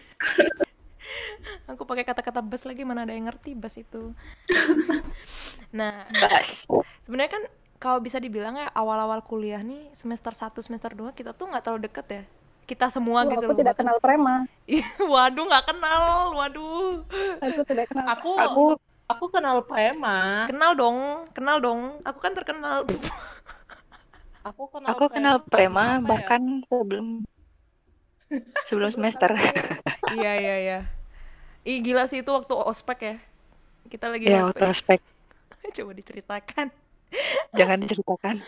Aku pakai kata-kata bus lagi, mana ada yang ngerti bus itu. Nah,
Bas.
sebenarnya kan kalau bisa dibilang ya awal-awal kuliah nih semester satu, semester dua kita tuh nggak terlalu deket ya. Kita semua
Oh,
gitu
aku
loh.
tidak
bahkan-
kenal Prema.
Waduh, nggak kenal. Waduh.
Aku tidak kenal.
Aku
Aku
aku kenal Prema.
Kenal dong, kenal dong. Aku kan terkenal.
Aku kenal
aku kenal Prema
apa ya?
bahkan sebelum sebelum semester.
Iya, iya, iya. Ih, gila sih itu waktu ospek ya. Kita lagi
Ya,
ospek.
prospek.
Coba diceritakan.
Jangan diceritakan.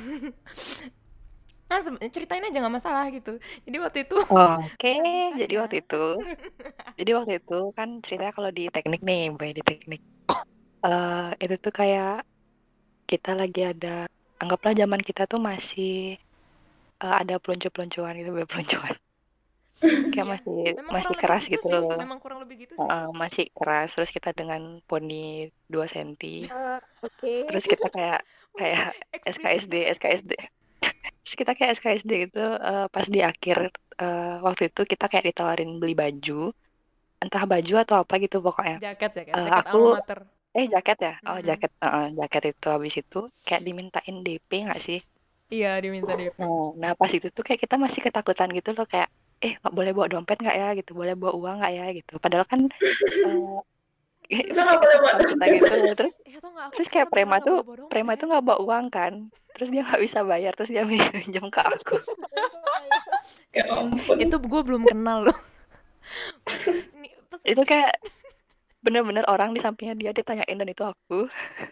Nah, sebenarnya ceritain aja nggak masalah gitu. Jadi waktu itu
Oh, Oke,
Bisa-bisanya.
jadi waktu itu, jadi waktu itu kan ceritanya kalau di teknik nih, Mbak, di teknik. Eh itu tuh kayak kita lagi ada, anggaplah zaman kita tuh masih eh, ada pelonco-peloncoan gitu, peloncoan. Kayak masih
memang
masih
kurang
keras
lebih
gitu
sih.
loh.
Memang kurang lebih gitu sih.
Eh, masih keras, terus kita dengan poni dua senti.
Eh, Oke.
Terus kita kayak kayak S K S D, S K S D. Terus kita kayak S K S D gitu, eh, pas di akhir eh, waktu itu kita kayak ditawarin beli baju, entah baju atau apa gitu pokoknya.
Jaket ya,
Eh,
jaket
aku-
alma mater.
Eh jaket ya? Oh
Mm-mm.
jaket, eh, jaket itu habis itu kayak dimintain D P nggak sih?
Iya, diminta D P.
Nah, nah pas itu tuh kayak kita masih ketakutan gitu loh, kayak eh nggak boleh bawa dompet nggak ya gitu, boleh bawa uang nggak ya gitu. Padahal kan eh,
Masa nggak boleh bawa
kita gitu. Terus
Eh, tau nggak, aku
terus
tuh
kayak
sampai
Prema
nggak
tuh
bawa dompet.
Prema tuh nggak bawa uang kan, terus dia nggak bisa bayar, terus dia minjem ke aku.
Ya ampun.
Itu gue belum kenal loh. Ini pas-
Itu kayak bener-bener orang di sampingnya dia ditanyain dan itu aku.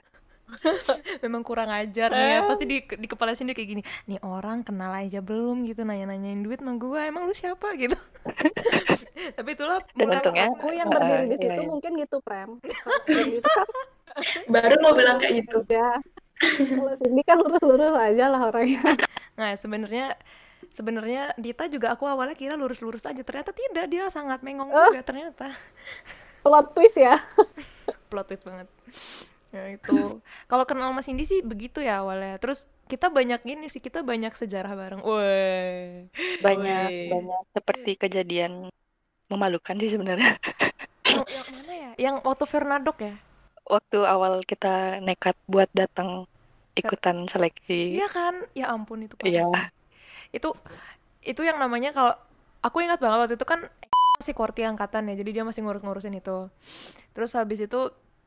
memang kurang ajar nih ya. Pasti di di kepala sini kayak gini. Nih orang kenal aja belum gitu, nanya-nanyain duit sama gue. Emang lu siapa gitu. Tapi itulah
Dan
mulai
untungnya
Aku yang
Eh,
berdiri di
iya,
situ
iya.
mungkin gitu, Prem. Kalau Cindy itu kan
Baru mau bilang kayak gitu.
aja. Kalau Cindy kan lurus-lurus aja lah orangnya.
Nah, sebenarnya sebenarnya Dita juga aku awalnya kira lurus-lurus aja. Ternyata tidak, dia sangat mengong juga ternyata.
Plot twist ya.
Plot twist banget. Ya itu. Kalau kenal Mas Cindy sih begitu ya awalnya. Terus kita banyak gini sih, kita banyak sejarah bareng. Woi.
Banyak
Wih.
banyak seperti kejadian memalukan sih sebenarnya.
Yang, yang mana ya? Yang waktu Fernadok ya?
Waktu awal kita nekat buat datang ikutan seleksi.
Iya kan? Ya ampun itu parah.
Iya.
Itu itu yang namanya, kalau aku ingat banget waktu itu kan masih korti angkatan ya, jadi dia masih ngurus-ngurusin itu. Terus habis itu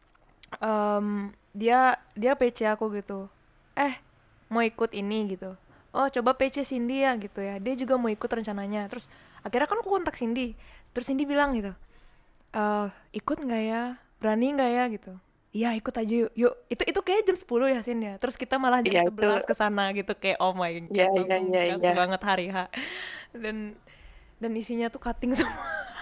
em, dia dia P C aku gitu. Eh, mau ikut ini gitu. Oh, coba P C Cindy ya gitu ya. Dia juga mau ikut rencananya. Terus akhirnya kan aku kontak Cindy. Terus Cindy bilang gitu. Eh, ikut nggak ya? Berani nggak ya gitu. Iya, ikut aja yuk. Yuk, itu itu kayak jam sepuluh ya, Sin ya. Terus kita malah jam
Iya, itu-
sebelas ke sana gitu, kayak oh my god,
Iya, iya,
langsung
iya,
gas
iya.
banget hari H. Dan dan isinya tuh cutting semua.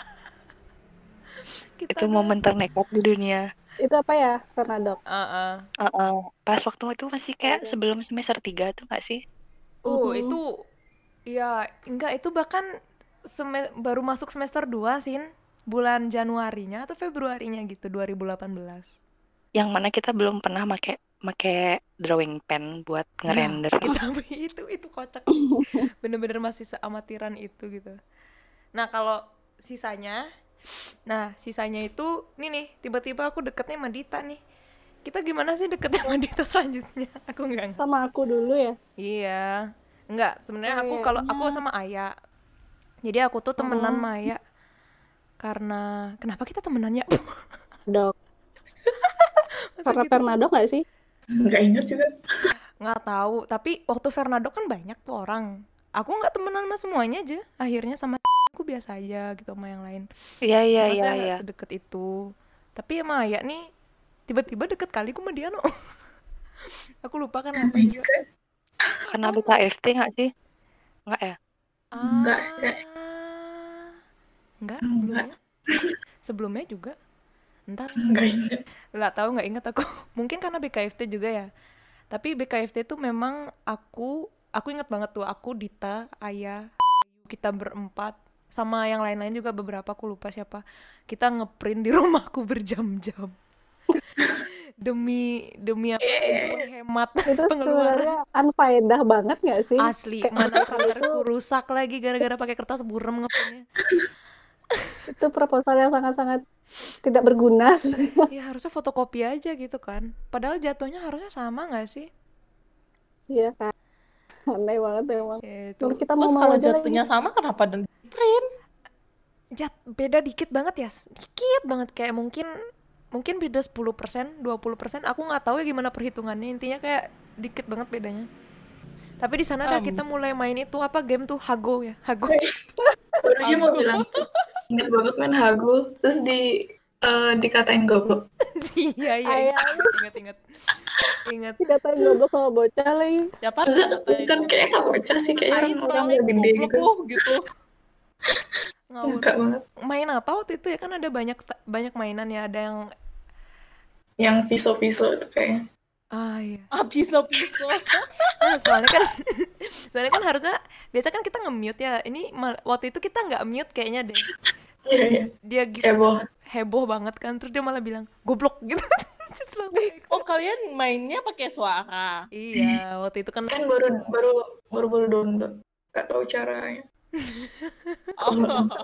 Kita
Itu momen ternekat di dunia.
Itu apa ya, Fernando?
Heeh.
Uh-uh. Pas waktu itu masih kayak sebelum semester tiga tuh nggak sih?
Oh,
Mhm.
itu ya enggak, itu bahkan seme- baru masuk semester dua, Sin. Bulan Januarinya atau Februarinya gitu, dua ribu delapan belas.
Yang mana kita belum pernah make make drawing pen buat ngerender.
Kita itu itu kocak. Bener-bener masih seamatiran itu gitu. Nah, kalau sisanya Nah, sisanya itu nih nih, tiba-tiba aku deketnya sama Dita nih. Kita gimana sih deketnya sama Dita selanjutnya? Aku enggak.
Sama aku dulu ya.
Iya. Enggak, sebenarnya aku
Kayaknya-
kalau aku sama Aya. Jadi aku tuh temenan
Oh.
sama Aya. Karena kenapa kita temenannya?
Dok.
Masa
Karena
gitu?
Fernando nggak sih?
Nggak ingat juga.
Nggak tahu, tapi waktu Fernando kan banyak tuh orang. Aku nggak temenan sama semuanya aja. Akhirnya sama aku biasa aja gitu sama yang lain.
Iya iya iya
Maksudnya nggak
iya.
sedekat itu. Tapi ya Maya nih tiba-tiba deket kali aku sama dia no. Aku lupa kan apa
Namanya
juga.
juga
Karena
Oh,
B K F T nggak sih? Nggak ya?
enggak sih, kayak
Ah, enggak
enggak,
sebelumnya. Sebelumnya juga. Entar
enggak ingat.
nggak tahu nggak inget aku. Mungkin karena B K F T juga ya. Tapi B K F T itu memang aku aku inget banget tuh aku Dita, Ayah, kita berempat sama yang lain-lain juga beberapa aku lupa siapa. Kita ngeprint di rumahku berjam-jam demi demi apa? Demi
Eh,
menghemat
Itu
pengeluaran.
sebenarnya unfaedah banget nggak sih?
Asli,
Kayak
mana
proposal itu
printerku rusak lagi gara-gara pakai kertas burem ngeprintnya.
itu proposal yang sangat-sangat tidak berguna sebenarnya.
Ya harusnya fotokopi aja gitu kan. Padahal jatuhnya harusnya sama nggak sih?
Iya kan, aneh banget emang.
Ya,
Kalau
itu
kita mau
Terus
mau
kalau
aja lagi.
jatuhnya sama kenapa dan print?
jat beda dikit banget ya, dikit banget kayak mungkin mungkin beda sepuluh persen, dua puluh persen. Aku nggak tahu ya gimana perhitungannya. Intinya kayak dikit banget bedanya. Tapi di sana dah
Em,
kita mulai main itu apa game tuh Hago ya, Hago.
baru aja mau
Hago.
bilang tuh, ingat banget main Hago, terus di eh, dikatain goblok.
Iya iya
Ayah
ingat ingat ingat ingat.
dikatain goblok sama bocah lagi.
Siapa
Enggak,
ngatain
bukan kayak nggak
goblok?
bocah sih, kayak
Aing
orang-orang
paling
udah gede
goblok
gitu.
lu gitu.
Ngawur.
Enggak banget.
Main apa waktu itu ya, kan ada banyak banyak mainan ya, ada yang
Yang piso-piso itu kayaknya.
ah iya.
Ah, piso-piso.
Nah, soalnya kan soalnya kan harusnya biasa kan kita nge-mute ya. Ini mal- waktu itu kita nggak mute kayaknya deh.
Iya, iya.
Dia gitu
Heboh.
heboh banget kan, terus dia malah bilang goblok gitu. Terus langsung exit.
Oh, kalian mainnya pakai suara.
Iya, waktu itu kan
Kan baru baru baru baru download. Gak tahu caranya.
Oh,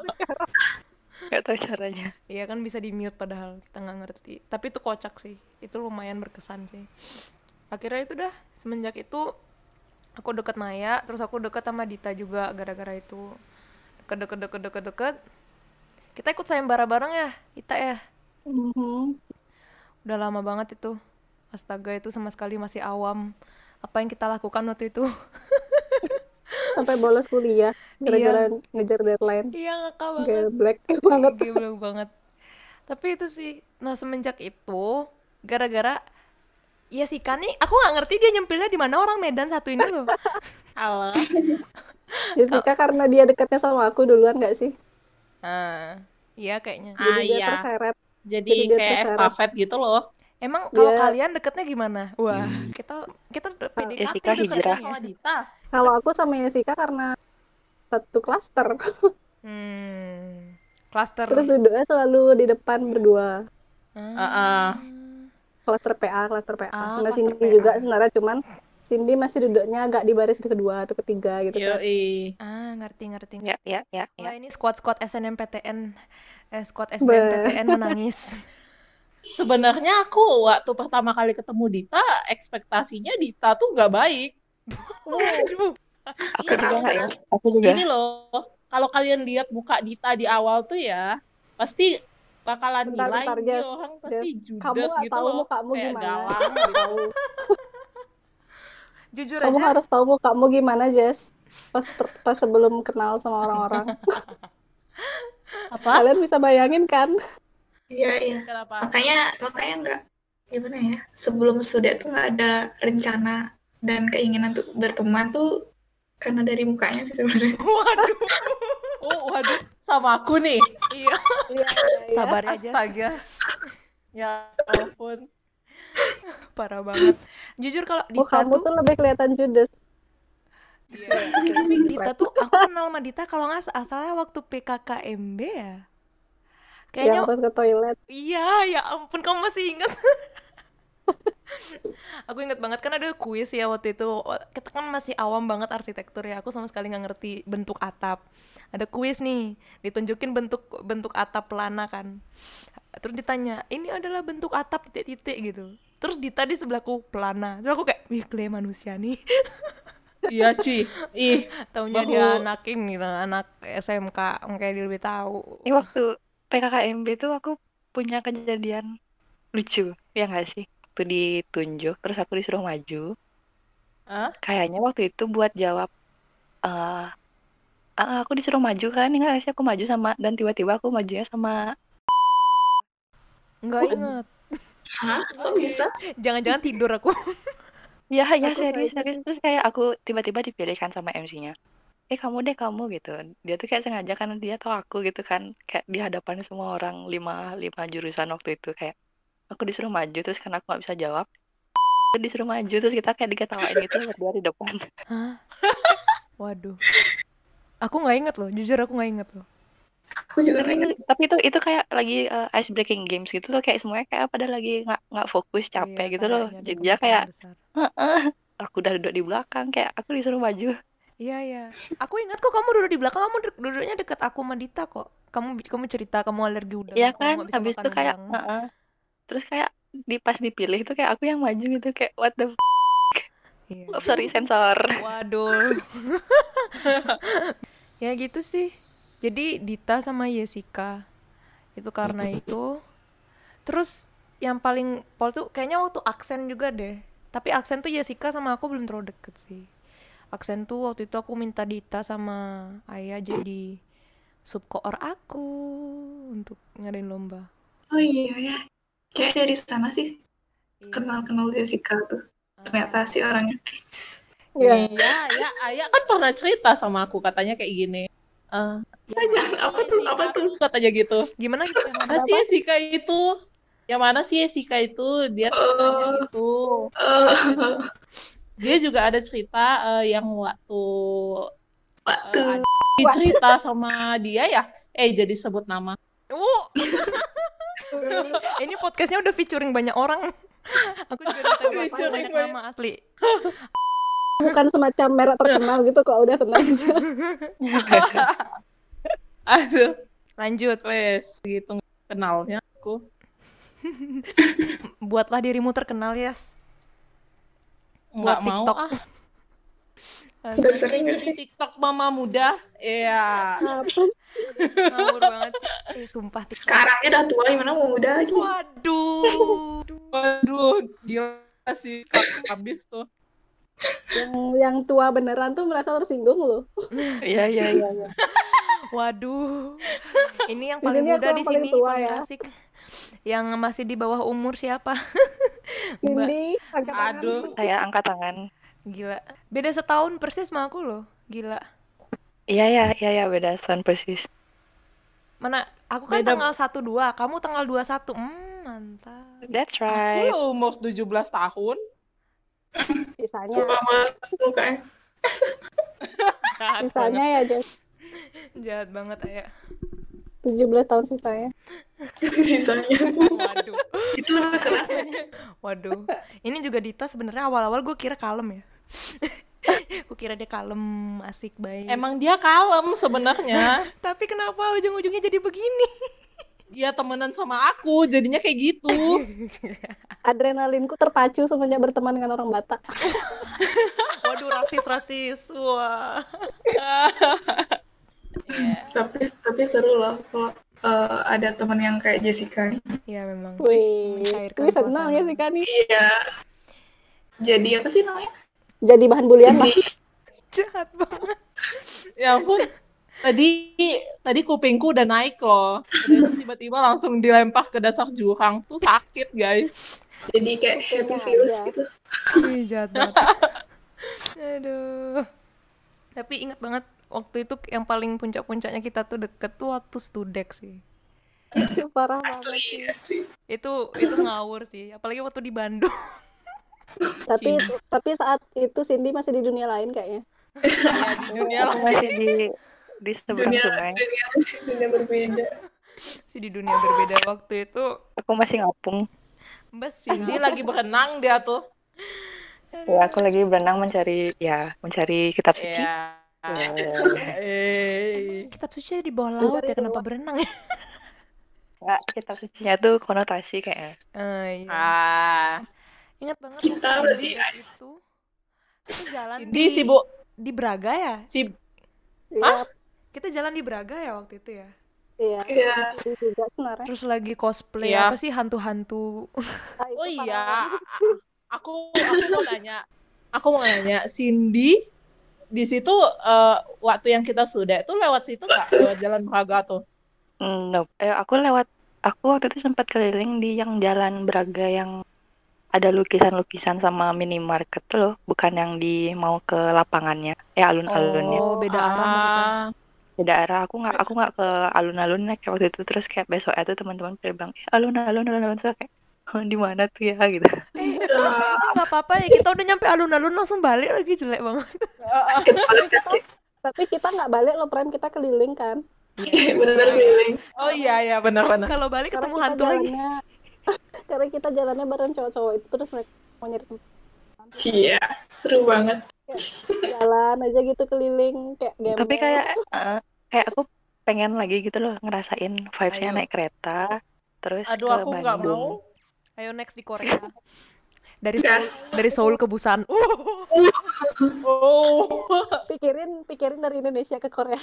Nggak tahu caranya.
iya kan bisa di mute padahal kita nggak ngerti. Tapi itu kocak sih, itu lumayan berkesan sih. Akhirnya itu dah, semenjak itu aku deket Maya, terus aku deket sama Dita juga gara-gara itu. Deket deket deket deket deket. Kita ikut sayembara bareng ya, Ita ya.
Mhm.
Udah lama banget itu. Astaga, itu sama sekali masih awam. Apa yang kita lakukan waktu itu?
Sampai bolos kuliah gara-gara
Iya,
ngejar deadline.
iya ngakak banget.
Geblek banget.
Geblek banget. Tapi itu sih, nah semenjak itu, gara-gara ya si Kan nih, aku nggak ngerti dia nyempilnya di mana, orang Medan satu ini loh.
halo.
Jessica karena dia dekatnya sama aku duluan nggak sih?
Ah, iya kayaknya.
Ah
Jadi dia
iya,
terseret.
jadi
Jadi dia
kayak
terseret.
estafet gitu loh.
Emang kalau
Dia
kalian deketnya gimana? Wah, kita kita udah P D K T
Jessica
deketnya
hijrah.
ya.
Sama Dita.
kalau aku sama Jessica karena satu klaster.
Hmm, klaster.
Terus duduknya selalu di depan berdua.
Heeh.
Ah,
Klaster P A, klaster P A.
ah
Sama
klaster
Cindy
P
juga
A.
sebenarnya, cuman Cindy masih duduknya agak di baris kedua atau ketiga gitu kan.
Yoi.
Ah, ngerti ngerti.
Ya ya ya
Wah,
ya.
ini squad-squad S N M P T N, eh, squad
Be.
S B M P T N menangis.
Sebenarnya aku waktu pertama kali ketemu Dita, ekspektasinya Dita tuh nggak baik.
Waduh.
Aku juga
Iya,
nggak ya. Aku juga.
gini loh. Kalau kalian lihat muka Dita di awal tuh ya, pasti bakalan
Bentar,
nilai
bentar,
nih
Jess.
orang
Jess,
pasti
kamu
judes
nggak
gitu
tahu
loh.
mukamu
Kayak
gimana.
galang gitu.
Tahu.
Jujur
Kamu
aja,
harus tahu mukamu gimana, Jess. Pas per- pas sebelum kenal sama orang-orang.
Apa?
Kalian bisa bayangin kan?
Iya, iya.
Kenapa?
Makanya makanya nggak gimana ya. Sebelum sudah tuh nggak ada rencana dan keinginan untuk berteman tuh karena dari mukanya sih sebenarnya.
waduh.
Oh, waduh, sama aku nih.
Iya,
Iya, iya, iya.
sabar ya Jas.
Astaga. Ya ampun.
Parah banget. Jujur kalau
Oh,
Dita
kamu
tuh,
tuh lebih kelihatan judes.
iya, tapi Dita tuh aku kenal sama Dita kalau nggak salah waktu P K K M B ya. Kayaknya
Yang pas ke toilet.
iya, ya ampun kamu masih ingat. Aku inget banget kan ada kuis ya waktu itu. Kita kan masih awam banget arsitektur ya. Aku sama sekali nggak ngerti bentuk atap. Ada kuis nih, ditunjukin bentuk bentuk atap pelana kan. Terus ditanya, ini adalah bentuk atap titik-titik gitu. Terus Dita di sebelahku pelana. Terus aku kayak, wih Clay manusia nih.
Iya, Ci. Ih,
Taunya
bahu.
dia anak ini, anak S M K, kayak dia lebih tahu.
Ini waktu P K K M B tuh aku punya kejadian lucu, ya nggak sih? waktu ditunjuk terus aku disuruh maju.
Hah?
Kayaknya waktu itu buat jawab eh ah, aku disuruh maju kan, enggak sih aku maju sama dan tiba-tiba aku majunya sama
Nggak inget.
Hah? Kok bisa?
Jangan-jangan tidur aku.
ya ya
Aku
serius
kayaknya
serius terus kayak aku tiba-tiba dipilihkan sama M C-nya. Eh kamu deh kamu gitu. Dia tuh kayak sengaja karena dia tahu aku gitu kan, kayak di hadapan semua orang lima lima jurusan waktu itu kayak aku disuruh maju terus karena aku nggak bisa jawab disuruh maju terus kita kayak diketawain gitu berdua di depan.
Hah? Waduh. Aku nggak inget loh, jujur aku nggak inget loh.
Aku juga
tapi
nggak
itu, tapi itu itu kayak lagi uh, ice breaking games gitu loh, kayak semuanya kayak pada lagi nggak nggak fokus capek
Iya,
gitu loh,
kayaknya ada
jadi dia
kemungkinan
kayak
besar.
"Heeh." Aku udah duduk di belakang kayak aku disuruh maju.
Iya iya. Aku ingat kok kamu duduk di belakang, kamu duduk- duduknya deket aku sama Dita kok. Kamu kamu cerita kamu alergi udang,
Iya
kamu
kan
nggak bisa
habis
makan
itu kayak
udang.
heeh. Terus kayak di pas dipilih tuh kayak aku yang maju gitu kayak what the f-
Iya.
oh, sorry sensor.
Waduh. Ya gitu sih. Jadi Dita sama Jessica itu karena itu. Terus yang paling pol tuh kayaknya waktu aksen juga deh. Tapi aksen tuh Jessica sama aku belum terlalu deket sih. Aksen tuh waktu itu aku minta Dita sama Ayah jadi subkoor aku untuk ngadain lomba.
Oh iya ya. Kayak dari sana sih
Iya.
kenal-kenal Jessica tuh. Ternyata sih orangnya.
Iya.
Iya, ya, Ayah kan pernah cerita sama aku katanya kayak gini. Eh,
Apa tuh? Apa tuh?
katanya gitu.
Gimana gitu yang mana?
Mana sih Jessica itu? Yang mana sih Jessica itu? Dia tuh nanya
Oh,
gitu.
oh,
Dia juga ada cerita eh, yang waktu
waktu.
eh, ada cerita sama dia ya. Eh jadi sebut nama.
Uh, ini, ini podcastnya udah featuring banyak orang. Aku juga udah tahu
Featuring
banyak
banyak.
nama asli.
Bukan semacam merek terkenal gitu kok, udah tenang aja.
Aduh,
Lanjut,
wes gitu kenalnya aku.
buatlah dirimu terkenal, Yas.
Nggak
Buat
mau
TikTok.
ah.
Udah sering
Ini
gak
di
sih?
TikTok mama muda. Iya.
Apa?
Ngawur banget. Eh, sumpah TikTok.
Sekarang udah tua, gimana mau muda lagi?
Waduh.
Waduh, gila sih sekarang habis tuh.
Yang yang tua beneran tuh merasa tersinggung loh.
Iya iya iya. iya.
Waduh. Ini yang
Di
paling
sini aku
muda
yang
di
paling
sini,
tua
paling
ya.
asik. Yang masih di bawah umur siapa? Mbak.
Cindy, angkat tangan.
Aduh,
Saya angkat tangan.
Gila. Beda setahun persis sama aku loh. Gila.
Iya ya iya ya beda tahun persis.
Mana aku kan
Beda-
tanggal satu dua, kamu tanggal dua puluh satu. Hmm, mantap.
That's
aku
right.
lo umur tujuh belas tahun.
Sisanya,
Tua banget mukanya.
Jahat
sisanya
banget.
ya Jess.
Jahat banget Ayah.
tujuh belas tahun sisanya.
Sisanya.
Waduh.
Itu lebih keras.
Waduh. Ini juga Dita sebenarnya awal-awal gue kira kalem ya. Gue kira dia kalem, asik, baik.
Emang dia kalem sebenarnya.
Tapi kenapa ujung-ujungnya jadi begini?
Dia temenan sama aku, jadinya kayak gitu.
Adrenalinku terpacu semenjak berteman dengan orang Batak.
Waduh, rasis-rasis. Wah.
tapi tapi seru loh kalau eh, ada teman yang kayak Jessica nih.
Ya memang.
Wih,
Mencairkan
wih senang
suasana.
ya sih Kak nih.
Iya. Jadi apa sih namanya?
Jadi bahan bulian lah.
Jadi
Jahat banget.
Ya ampun. Tadi tadi kupingku udah naik loh. Udah tiba-tiba langsung dilempar ke dasar jurang. Tuh sakit, guys.
jadi kayak happy
Kupingnya
virus
aja.
gitu.
Ih, jahat banget. Aduh. Tapi ingat banget waktu itu yang paling puncak-puncaknya kita tuh deket tuh waktu studek sih.
Parah banget
Asli,
sih.
asli.
Itu itu ngawur sih, apalagi waktu di Bandung.
Tapi tapi saat itu Cindy masih di dunia lain kayaknya.
Ya di dunia
Aku masih di di seberang
Dunia,
sungai.
dunia, dunia berbeda.
Sih di dunia berbeda waktu itu.
Aku masih ngapung.
Mbak
Cindy lagi berenang dia tuh.
Ya aku lagi berenang mencari ya mencari kitab suci.
Iya.
Ya.
Eh.
kitab suci di bawah laut ya, kenapa berenang ya?
Nggak, kitab sucinya tuh konotasi kayaknya.
Eh, iya.
Ah.
Ingat banget
Kita
waktu
berarti
Cindy
guys.
itu kita jalan
Cindy
di
sih, Bu.
di Braga ya?
Si
Iya.
Kita jalan di Braga ya waktu itu ya?
Iya,
Iya.
itu juga sebenarnya.
Terus lagi cosplay
Iya.
apa sih hantu-hantu.
Ah, itu
Oh
parah
iya,
banget.
a- a- aku aku mau nanya, aku mau nanya, Cindy di situ eh, waktu yang kita sudah itu lewat situ nggak? Lewat Jalan Braga tuh?
Mm, nope. Eh, aku lewat, aku waktu itu sempat keliling di yang Jalan Braga yang ada lukisan-lukisan sama minimarket tuh loh, bukan yang di mau ke lapangannya, ya alun-alunnya.
Oh, beda arah maksudnya.
Ah,
Beda arah. Aku nggak, aku nggak ke alun-alunnya kayak waktu itu. Terus kayak besoknya tuh teman-teman pada bilang, eh, alun-alun, alun-alun. Terus kayak, oh, di mana tuh ya gitu.
Eh, tapi nggak apa-apa ya, kita udah nyampe alun-alun langsung balik lagi, jelek banget.
Alas kaki.
Tapi kita nggak balik loh, Pren, kita keliling kan.
Bener keliling.
oh iya iya benar-benar.
Kalau balik
Karena
ketemu
kita
hantu lagi.
jalannya karena kita jalannya bareng cowok-cowok itu, terus mereka mau nyari tempat
Iya, seru banget.
jalan aja gitu keliling kayak gembel.
Tapi kayak, eh, kayak aku pengen lagi gitu loh ngerasain vibes-nya
Ayo.
naik kereta, terus
Aduh
ke
aku nggak
Bandung.
mau.
Ayo next di Korea. Dari Seoul,
Gas.
dari Seoul ke Busan. Uh,
Oh,
pikirin pikirin dari Indonesia ke Korea.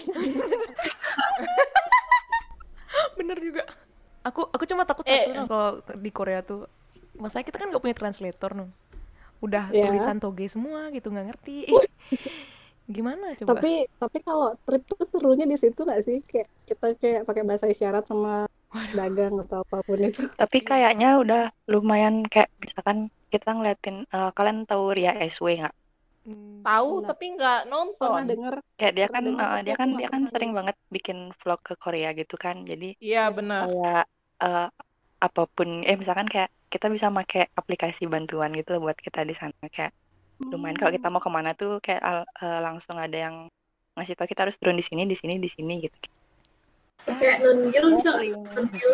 bener juga. Aku aku cuma takut
Eh.
satu loh kalau di Korea tuh. Masalahnya kita kan nggak punya translator no. Udah
Iya.
tulisan toge semua gitu, nggak ngerti. Ih, gimana coba?
tapi tapi kalau trip tuh serunya di situ nggak sih, kayak kita kayak pakai bahasa isyarat sama dagang atau apapun itu.
Tapi kayaknya udah lumayan kayak misalkan kita ngeliatin, eh, kalian tahu Ria S W nggak?
Hmm,
tahu
Enggak.
tapi nggak
Pernah
nonton.
denger.
Kayak dia
Pernah
kan,
dengar,
eh,
tapi
dia
aku
kan
nggak
dia kan
pernah
sering
lihat.
banget bikin vlog ke Korea gitu kan. Jadi
Iya benar.
kayak, eh, apapun, eh misalkan kayak kita bisa pakai aplikasi bantuan gitu loh buat kita di sana. Kayak lumayan kalau kita mau kemana tuh kayak al- eh, langsung ada yang ngasih tau kita harus turun di sini, di sini, di sini gitu.
Kayak nunggil bisa.
Sering.
Nunggil.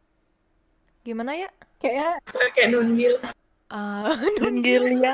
Gimana ya?
Kayaknya
Kayak nunggil.
Ah,
Nunggil ya.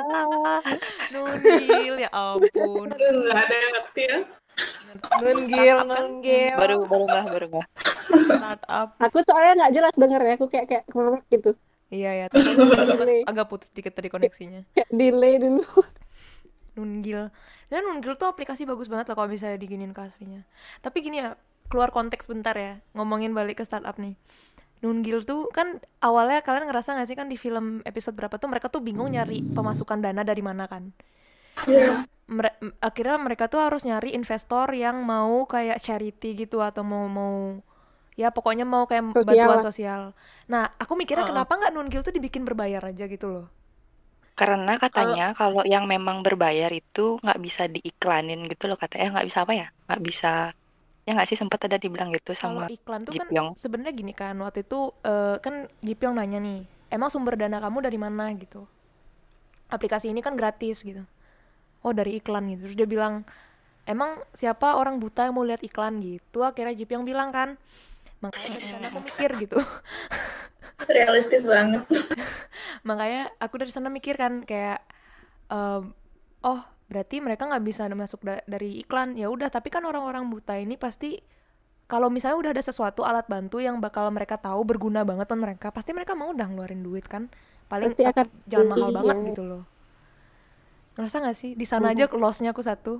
nunggil ya ampun.
Aduh, nggak ada yang ngerti ya.
Nunggil,
Startup kan?
nunggil.
Baru baru nggak baru nggak.
Startup.
aku soalnya nggak jelas denger ya, aku kayak kayak kerek gitu,
Iya ya, tapi
delay
agak putus dikit tadi koneksinya.
kayak delay dulu.
Nunggil. Dan Nunggil tuh aplikasi bagus banget lah kalau bisa diginin ke aslinya. Tapi gini ya, keluar konteks bentar ya, ngomongin balik ke startup nih. Nunggil tuh kan awalnya kalian ngerasa gak sih kan di film episode berapa tuh mereka tuh bingung nyari pemasukan dana dari mana kan.
Iya.
Mere- m- akhirnya mereka tuh harus nyari investor yang mau kayak charity gitu atau mau mau ya pokoknya mau kayak
Sosial
bantuan
lah.
sosial. Nah, aku mikirnya
Uh-uh.
kenapa nggak Nunggil tuh dibikin berbayar aja gitu loh.
Karena katanya kalau yang memang berbayar itu nggak bisa diiklanin gitu loh katanya, nggak bisa apa ya, nggak bisa, ya nggak sih, sempat ada dibilang gitu
Kalau
sama
iklan tuh kan
Jipyong.
sebenarnya gini kan, waktu itu eh, kan Jipyong nanya nih, emang sumber dana kamu dari mana gitu. Aplikasi ini kan gratis gitu. Oh dari iklan gitu. Terus dia bilang, emang siapa orang buta yang mau lihat iklan gitu. Akhirnya Jipyong bilang kan, makanya dari sana aku mikir gitu.
Realistis banget.
Makanya aku dari sana mikir kan kayak, em, oh berarti mereka nggak bisa masuk da- dari iklan. Ya udah, tapi kan orang-orang buta ini pasti kalau misalnya udah ada sesuatu alat bantu yang bakal mereka tahu berguna banget buat mereka, pasti mereka mau udah ngeluarin duit kan. Paling
Pasti
ap-
akan
jangan mahal
beli,
banget
ya.
gitu loh. Ngerasa nggak sih di sana aja loss-nya aku satu.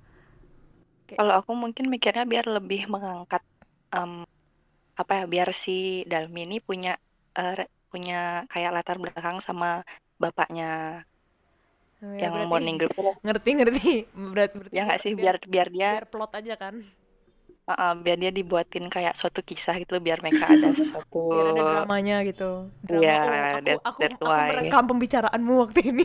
Kalau aku mungkin mikirnya biar lebih mengangkat, em, apa ya, biar si Dalmi ini punya, eh, re- punya kayak latar belakang sama bapaknya
Oh, ya,
yang
berarti
morning group itu loh.
ngerti ngerti. Berarti berarti
Ya nggak
biar,
sih,
biar
biar biar dia,
biar plot aja kan.
uh, uh, biar dia dibuatin kayak suatu kisah gitu loh, biar mereka ada sesuatu.
Biar ada dramanya gitu. Drama.
Iya,
Oh, aku
that-
aku
that's
aku
why.
merekam pembicaraanmu waktu ini.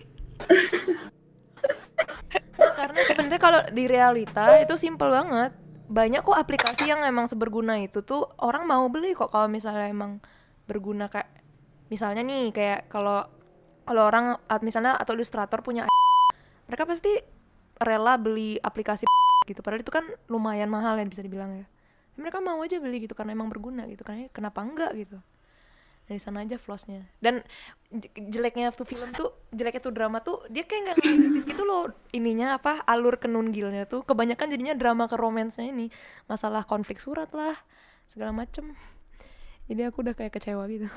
Nah, karena sebenarnya kalau di realita itu simple banget. Banyak kok aplikasi yang emang seberguna itu tuh orang mau beli kok kalau misalnya emang berguna, kayak misalnya nih kayak kalau kalau orang at- misalnya atau ilustrator punya mereka pasti rela beli aplikasi gitu, padahal itu kan lumayan mahal ya bisa dibilang ya. Mereka mau aja beli gitu karena emang berguna gitu, karena kenapa enggak gitu. Dari sana aja flossnya. Dan j- jeleknya tuh film tuh, jeleknya tuh drama tuh dia kayak nggak ngeliatin gitu loh ininya apa alur ke Nunggilnya tuh kebanyakan jadinya drama ke romansnya ini, masalah konflik surat lah segala macem. Jadi aku udah kayak kecewa gitu.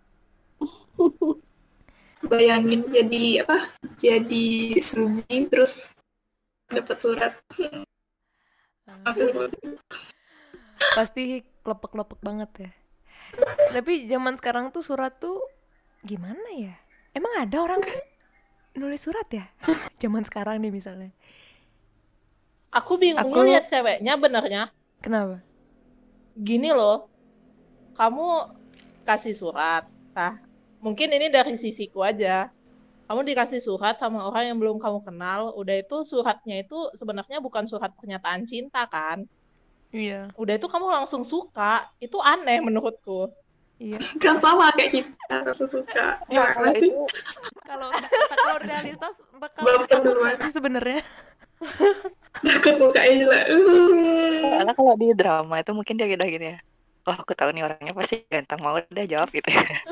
Bayangin jadi apa? Jadi Suzy terus dapat surat. Aku
Pasti klepek-klepek banget ya. Tapi zaman sekarang tuh surat tuh gimana ya? Emang ada orang nulis surat ya? Zaman sekarang nih misalnya.
Aku bingungnya
Aku-
lihat ceweknya benernya.
Kenapa?
Gini loh, kamu kasih surat. Nah, mungkin ini dari sisiku aja. Kamu dikasih surat sama orang yang belum kamu kenal, udah itu suratnya itu sebenarnya bukan surat pernyataan cinta kan.
Iya.
Udah itu kamu langsung suka, itu aneh menurutku.
Iya.
Kan sama kayak kita langsung suka.
Nah,
Gimana
kalau
sih?
itu
Kalau kalau realitas bakal
Baper
takut
duluan.
nggak sih sebenarnya?
Takut mukanya jelek.
karena kalau di drama itu mungkin dia udah gini ya. Oh, aku tahu nih orangnya pasti ganteng, mau udah jawab gitu.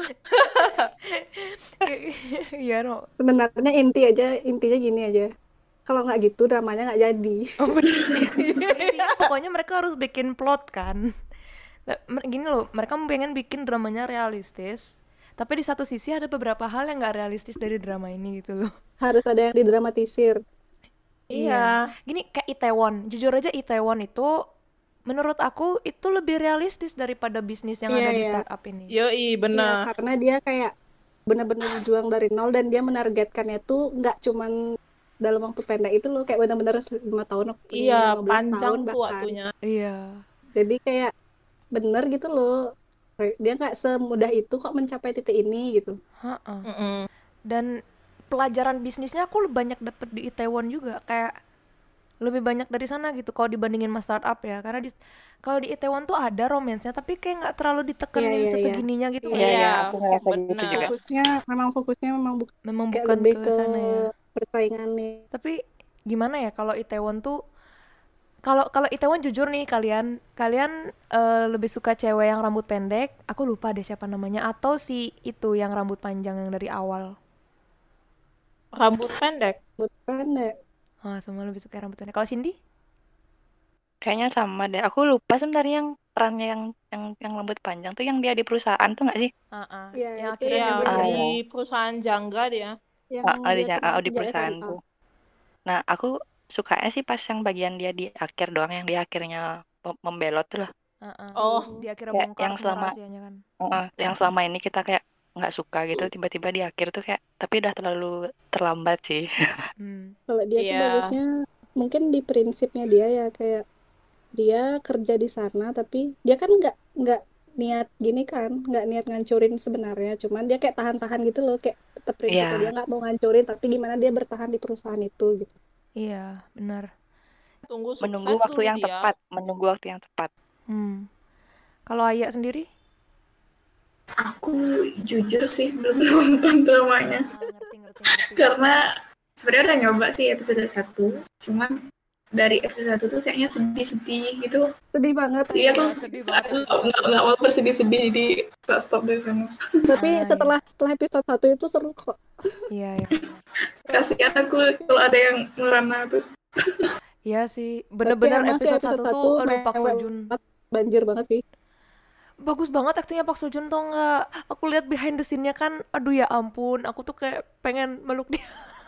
Iya no.
Sebenarnya inti aja, intinya gini aja. Kalau nggak gitu dramanya nggak jadi.
Oh, bener. Intinya pokoknya mereka harus bikin plot kan. Nah, mer- Gini loh, mereka pengen bikin dramanya realistis. Tapi di satu sisi ada beberapa hal yang nggak realistis dari drama ini gitu loh.
Harus ada yang didramatisir.
Iya.
Gini kayak Itaewon, jujur aja Itaewon itu menurut aku itu lebih realistis daripada bisnis yang
Iya,
ada di
iya.
startup ini.
Yoi,
Iya,
bener.
karena dia kayak benar-benar berjuang dari nol dan dia menargetkannya tuh nggak cuman dalam waktu pendek itu loh, kayak benar-benar lima tahun atau
Iya,
lima belas
panjang
tahun
tuh
bahkan.
waktunya.
Iya.
Jadi kayak bener gitu loh. Dia nggak semudah itu kok mencapai titik ini gitu.
Ha-ha.
Mm-mm.
Dan pelajaran bisnisnya aku banyak dapet di Itaewon juga, kayak lebih banyak dari sana gitu kalau dibandingin sama startup ya. Karena di kalau di Itaewon tuh ada romansnya tapi kayak nggak terlalu ditekenin
Iya, iya, iya.
sesegininya gitu.
Iya,
Iya,
nggak sih?
iya,
Iya,
aku ngerasa gitu
bener.
juga.
Fokusnya memang fokusnya memang bukan
Memang
kayak
bukan
lebih
ke
ke
sana ya.
persaingan nih.
Tapi gimana ya kalau Itaewon tuh, kalau kalau Itaewon jujur nih kalian kalian eh, lebih suka cewek yang rambut pendek, aku lupa deh siapa namanya, atau si itu yang rambut panjang yang dari awal.
Rambut pendek.
Bukan deh.
Ah, semua lebih suka yang rambut pendek. Kalau Cindy?
Kayaknya sama deh. Aku lupa sebenarnya yang perannya yang yang yang rambut panjang tuh yang dia di perusahaan tuh nggak sih?
Ah, ah.
Iya,
Yang
itu
akhirnya
Iya,
yang
nyebelin
Ah,
ya.
iya.
di perusahaan jangga dia.
yang
Ah, ah, di,
dia
ja- ah,
kenal
di
sejak S M A.
perusahaanku. Nah, aku sukanya sih pas yang bagian dia di akhir doang, yang di akhirnya mem- membelot tuh lah.
Ah, ah.
Oh,
Di akhirnya
Kayak
bongkar
yang
semua
selama
rahasianya kan.
eh, yang selama ini kita kayak nggak suka gitu, tiba-tiba di akhir tuh kayak, tapi udah terlalu terlambat sih.
Hmm.
Kalau dia tuh
iya.
bagusnya mungkin di prinsipnya dia ya, kayak dia kerja di sana tapi dia kan nggak nggak niat gini kan, nggak niat ngancurin sebenarnya, cuman dia kayak tahan-tahan gitu loh, kayak tetap prinsipnya dia
Iya,
nggak mau ngancurin tapi gimana dia bertahan di perusahaan itu gitu.
Iya, benar.
Tunggu
menunggu
sukses
waktu
dulu
yang
dia.
tepat, menunggu waktu yang tepat.
Hmm. Kalau Aya sendiri?
Aku jujur sih belum nonton dramanya.
Ah, ngerti, ngerti, ngerti.
Karena sebenarnya udah nyoba sih episode satu. Cuman dari episode satu tuh kayaknya sedih-sedih gitu.
Sedih banget.
Jadi aku
Iya, sedih banget
aku
episode
nggak
satu.
nggak mau bersedih-sedih jadi tak stop dari sana.
Tapi
Ah, iya.
setelah setelah episode satu itu seru kok.
Iya, iya.
Kasihan aku kalau ada yang merana tuh.
Iya sih,
Tapi
bener-bener
emang sih
episode
episode
satu tuh,
satu
aduh Pak
mewek
Sojun.
banget, banjir banget sih.
Bagus banget aktingnya Pak Sojun tau nggak? Aku lihat behind the scene-nya kan, aduh ya ampun, aku tuh kayak pengen meluk dia.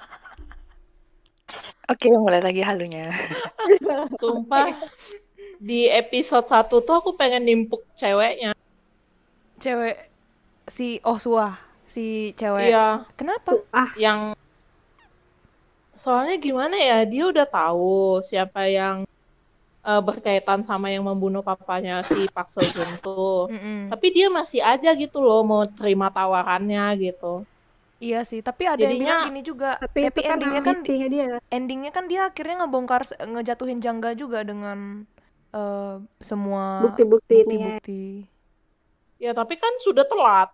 Oke, mulai lagi halunya.
Sumpah, di episode satu tuh aku pengen nimpuk ceweknya.
Cewek, si Oswa, si cewek.
Iya,
Kenapa?
Ah,
yang soalnya gimana ya, dia udah tahu siapa yang eh, berkaitan sama yang membunuh papanya si Park Seo Joon tuh.
Mm-mm.
Tapi dia masih aja gitu loh mau terima tawarannya gitu.
Iya sih, tapi ada yang bilang
Jadinya
gini juga,
tapi itu
tapi
kan
endingnya kan
ambisinya dia.
endingnya kan dia akhirnya ngebongkar, ngejatuhin Jangga juga dengan eh, semua
Bukti-bukti ini ya.
bukti-bukti.
ya tapi kan sudah telat.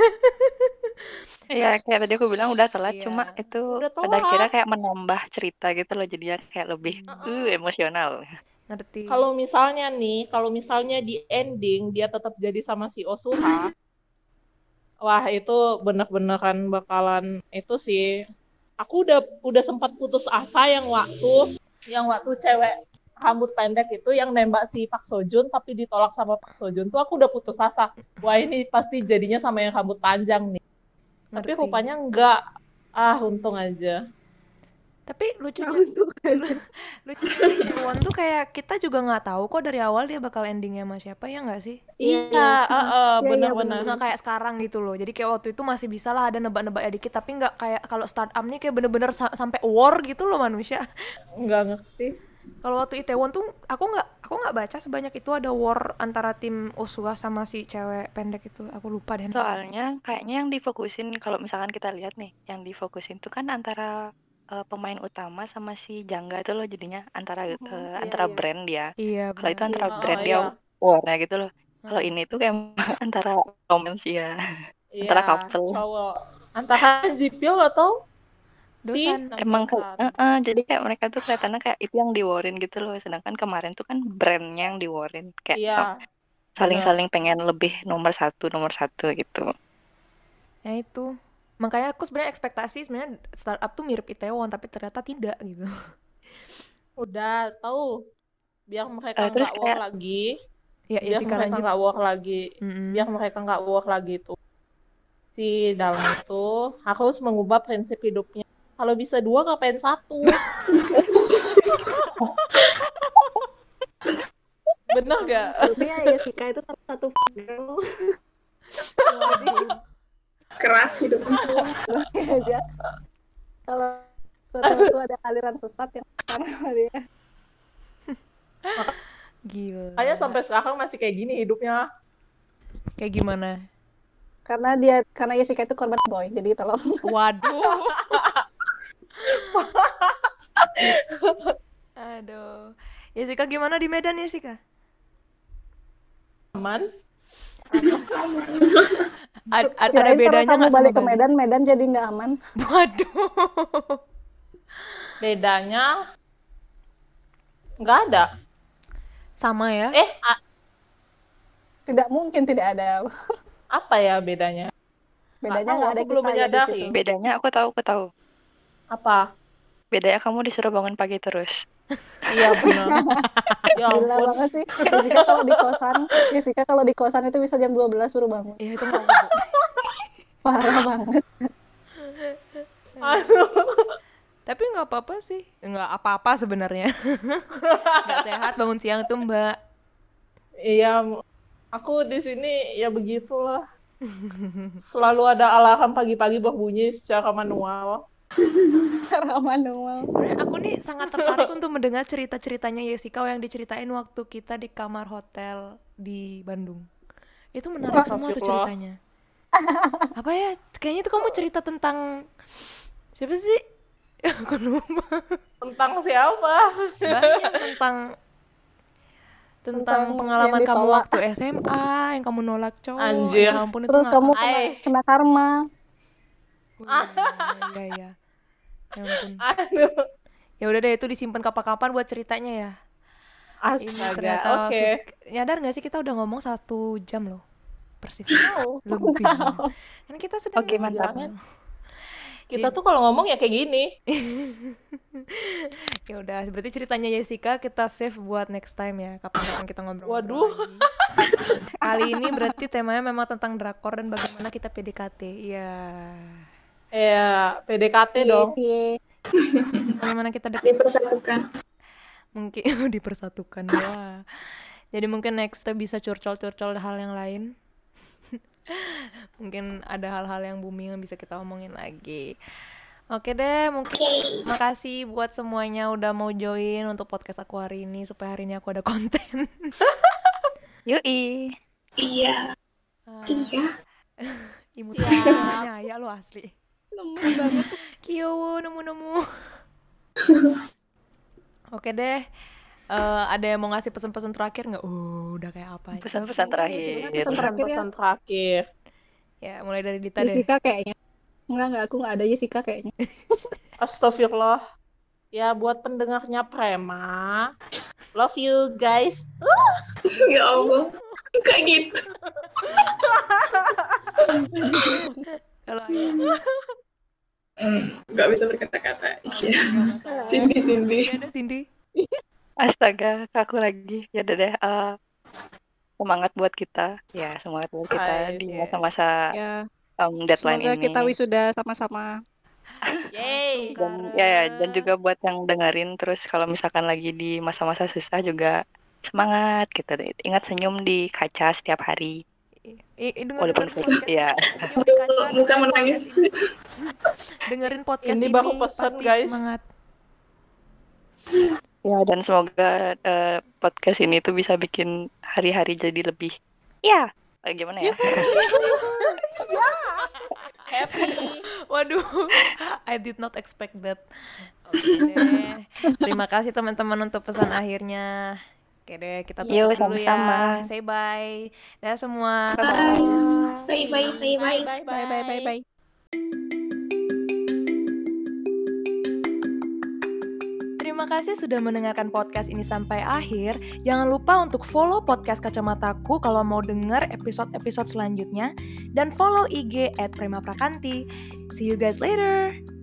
Iya, kayak tadi aku bilang udah telat,
Iya.
cuma itu
Udah
pada akhirnya
telat.
kayak menambah cerita gitu loh, jadinya kayak lebih
Hmm,
uh, emosional.
ngerti.
Kalau misalnya nih, kalau misalnya di ending dia tetap jadi sama si Osuha, wah itu bener-beneran bakalan itu sih. Aku udah udah sempat putus asa yang waktu yang waktu cewek rambut pendek itu yang nembak si Park Seo Joon tapi ditolak sama Park Seo Joon tuh aku udah putus asa. Wah ini pasti jadinya sama yang rambut panjang nih. Tapi
Ngerti.
rupanya enggak. Ah untung aja.
Tapi lucunya
Untuk aja.
lucunya Itaewon tuh kayak kita juga nggak tahu kok dari awal dia bakal endingnya sama siapa, ya nggak sih?
Iya,
Iya,
iya.
heeh,
Iya, iya,
benar-benar.
Nggak kayak sekarang gitu loh. Jadi kayak waktu itu masih bisa lah ada nebak-nebaknya dikit, tapi nggak kayak kalau startup nih kayak bener-bener sa- sampai war gitu loh manusia.
Nggak ngerti.
Kalau waktu Itaewon tuh aku nggak aku nggak baca sebanyak itu ada war antara tim Usua sama si cewek pendek itu. Aku lupa deh.
Soalnya kayaknya yang difokusin kalau misalkan kita lihat nih, yang difokusin tuh kan antara eh, pemain utama sama si Jangga itu loh jadinya antara
Mhm,
eh,
iya,
antara
iya.
brand dia.
Iya
Kalau itu
benar.
antara
Heeh,
brand dia
iya.
warnya gitu loh. Kalau
Heeh.
ini tuh kayak antara romance ya, antara
Iya,
couple.
cowok. Antara Jipyo atau si
Dosan.
Emang kayak,
Namdesan.
eh, eh, jadi kayak mereka tuh kelihatannya kayak itu yang di-warin gitu loh. Sedangkan kemarin tuh kan brandnya yang di-warin. Kayak
Iya,
sa-
bener.
saling-saling pengen lebih nomor satu, nomor satu gitu.
Ya itu. Makanya aku sebenarnya ekspektasi sebenarnya startup tuh mirip Itaewon tapi ternyata tidak gitu.
Udah tahu, biar mereka
Eh, terus
nggak war
kayak
lagi,
Ya, ya
biar
sih
mereka
lanjut.
nggak war lagi,
Mm-mm.
biar mereka nggak war lagi tuh. Si Dalm itu harus mengubah prinsip hidupnya. Kalau bisa dua, ngapain satu? Bener gak?
Maksudnya Jessica itu salah satu girl.
Waduh.
Keras hidupnya.
aja. Kalau sesuatu ada aliran sesat yang sama dia.
Gila.
Makanya sampai sekarang masih kayak gini hidupnya.
Kayak gimana?
Karena dia karena Jessica itu korban boy, jadi tolong.
Waduh. Aduh. Jessica gimana di Medan, Jessica?
Aman.
Ad- ad- ada
Kirain kalau
bedanya
kamu
nggak sama
balik ke
Bali?
Medan, Medan jadi nggak aman.
Waduh.
Bedanya nggak ada.
Sama ya?
Eh, a-
Tidak mungkin tidak ada.
apa ya bedanya?
Bedanya
tahu,
nggak ada
aku belum
kita ya di
menyadari.
situ.
Bedanya aku tahu, aku tahu.
Apa?
Bedanya kamu disuruh bangun pagi terus.
Iya benar. Ya
Gila
ampun.
banget sih. Jessica kalau di kosan, Jessica kalau di kosan itu bisa jam dua belas baru bangun.
Iya itu nggak apa-apa.
Parah banget.
Aduh.
Tapi nggak apa-apa sih. Nggak apa-apa sebenarnya. Nggak sehat bangun siang itu, Mbak.
Iya, aku di sini ya begitulah. Selalu ada alarm pagi-pagi berbunyi secara manual.
Cara manual.
Sebenarnya aku nih sangat tertarik untuk mendengar cerita-ceritanya Jessica yang diceritain waktu kita di kamar hotel di Bandung. Itu menarik semua tuh
Astagfirullah.
ceritanya. Apa ya? Kayaknya itu kamu cerita tentang siapa sih? Aku lupa.
Tentang siapa?
Banyak tentang tentang
Tentang
pengalaman
yang
kamu
ditolak.
waktu S M A, yang kamu nolak cowok.
Anjir.
Ya ampun itu
Terus
nggak
kamu
tahu.
kena,
Ay.
kena karma.
Iya, iya, iya. Ya ampun.
Aduh.
Ya udah deh itu disimpan kapan-kapan buat ceritanya ya. Ini
Astaga,
ternyata
oke.
sud- nyadar nggak sih kita udah ngomong satu jam loh persis
Tahu.
lebih. Kan kita sedang
Oke,
ngomong.
mantap.
Jangan. Kita tuh kalau ngomong ya kayak gini.
Ya udah berarti ceritanya Jessica kita save buat next time ya. Kapan-kapan kita ngobrol.
Waduh.
Kali ini berarti temanya memang tentang drakor dan bagaimana kita P D K T. Iya.
Ya, P D K T dong.
Iya.
Bagaimana kita deket
Dipersatukan.
mungkin dipersatukan ya. Jadi mungkin next kita bisa curcol-curcol hal yang lain. Mungkin ada hal-hal yang booming yang bisa kita omongin lagi. Oke deh, mungkin makasih buat semuanya udah mau join untuk podcast aku hari ini supaya hari ini aku ada konten.
Yoi.
Iya.
Ah,
Iya.
imut
Siap.
banget ya lo asli.
Nemen banget.
Kyo nemu-nemu. Oke deh. Eh, ada yang mau ngasih pesan-pesan terakhir nggak? Uh, udah kayak apa aja.
Pesan-pesan terakhir.
Pesan terakhir ya.
Pesan terakhir.
Ya, mulai dari Dita deh.
Jessica kayaknya. Enggak, enggak. Aku nggak ada Jessica kayaknya.
Astagfirullah. Ya, buat pendengarnya Prema. Love you guys.
Ya Allah. Kayak gitu.
Kalau Ayah,
Hmm, nggak bisa berkata-kata. Iya.
nggak masalah.
Cindy, Cindy.
Iya deh, Cindy.
Astaga, ke aku lagi. Ya udah deh. eh, semangat buat kita. Ya, semangat buat kita
Hai,
di
ya.
masa-masa
Ya,
em, deadline
semoga
ini.
kita wisuda sama-sama.
Yeay.
Dan ya, ya, dan juga buat yang dengerin terus kalau misalkan lagi di masa-masa susah juga semangat gitu. Ingat senyum di kaca setiap hari.
I, i, denger,
Walaupun
denger
fake, ya.
senyum di kaca,
Muka
dengerin
menangis.
podcast ini. Dengerin podcast
Ini
ini,
baku pesan,
pasti
guys.
semangat.
Ya, dan semoga uh, podcast ini tuh bisa bikin hari-hari jadi lebih ya, eh, gimana ya?
Happy.
Waduh, I did not expect that. Oke deh. Terima kasih teman-teman untuk pesan akhirnya. Oke deh, kita tutup
Yo,
dulu
sama-sama.
ya. Say bye. Dah semua.
Bye-bye.
Bye bye bye bye.
Bye
Bye bye bye bye.
Terima kasih sudah mendengarkan podcast ini sampai akhir. Jangan lupa untuk follow podcast Kacamataku kalau mau denger episode-episode selanjutnya. Dan follow I G at Prema Prakanti. See you guys later.